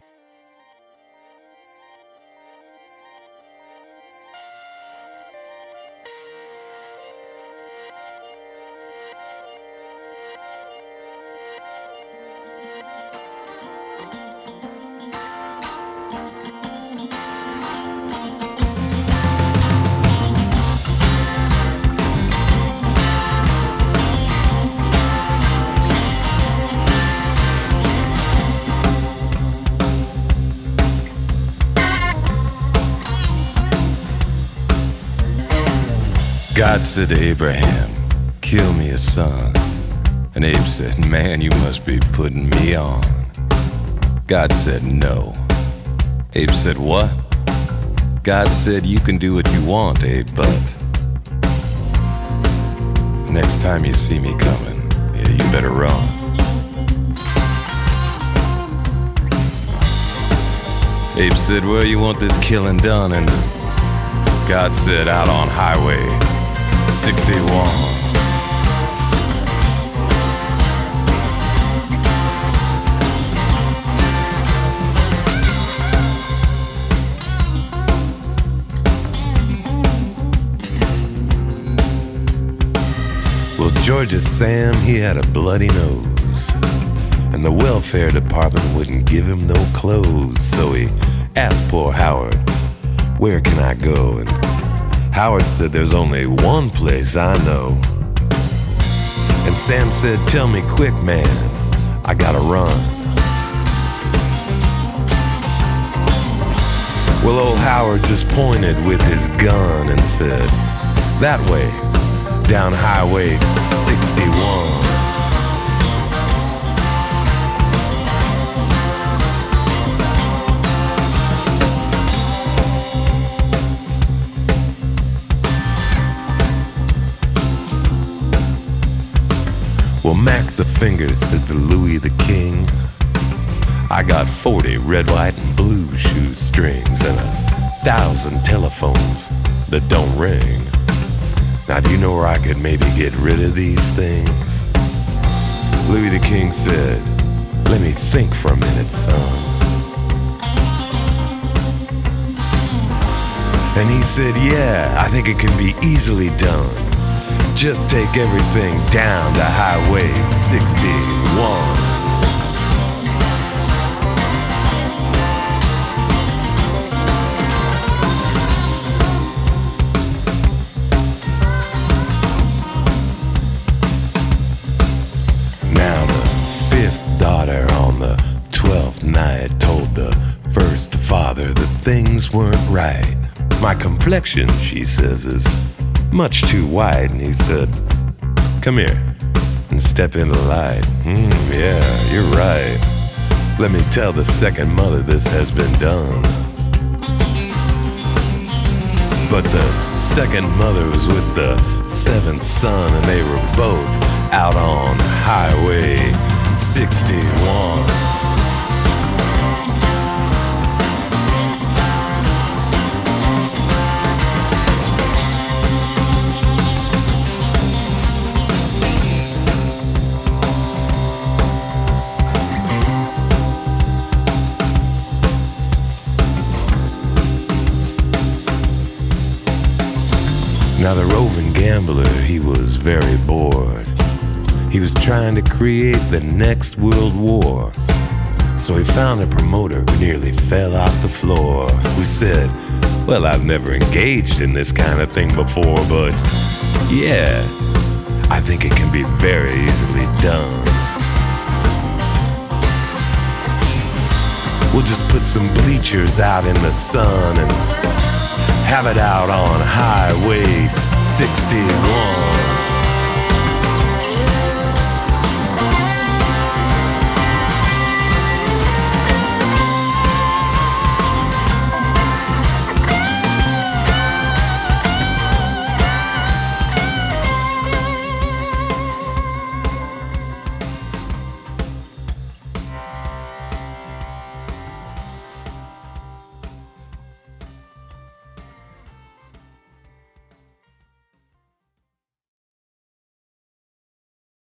S10: God said to Abraham, kill me a son. And Abe said, man, you must be putting me on. God said, no. Abe said, what? God said, you can do what you want, Abe, but next time you see me coming, yeah, you better run. Abe said, where you want this killing done? And God said, out on Highway sixty-one. Well, George's Sam, he had a bloody nose, and the welfare department wouldn't give him no clothes. So he asked poor Howard, where can I go? And Howard said, there's only one place I know. And Sam said, tell me quick, man, I gotta run. Well, old Howard just pointed with his gun and said, that way, down Highway sixty-one. Well, Mac the Fingers said to Louis the King, I got forty red, white, and blue shoestrings and a thousand telephones that don't ring. Now, do you know where I could maybe get rid of these things? Louis the King said, let me think for a minute, son. And he said, yeah, I think it can be easily done. Just take everything down to Highway sixty-one. Now the fifth daughter on the twelfth night told the first father that things weren't right. My complexion, she says, is much too wide, and he said, "Come here and step into the light." Mm, yeah, you're right. Let me tell the second mother this has been done. But the second mother was with the seventh son, and they were both out on Highway sixty-one. Now the roving gambler, he was very bored. He was trying to create the next world war. So he found a promoter who nearly fell off the floor, who said, "Well, I've never engaged in this kind of thing before, but yeah, I think it can be very easily done. We'll just put some bleachers out in the sun and have it out on Highway sixty-one.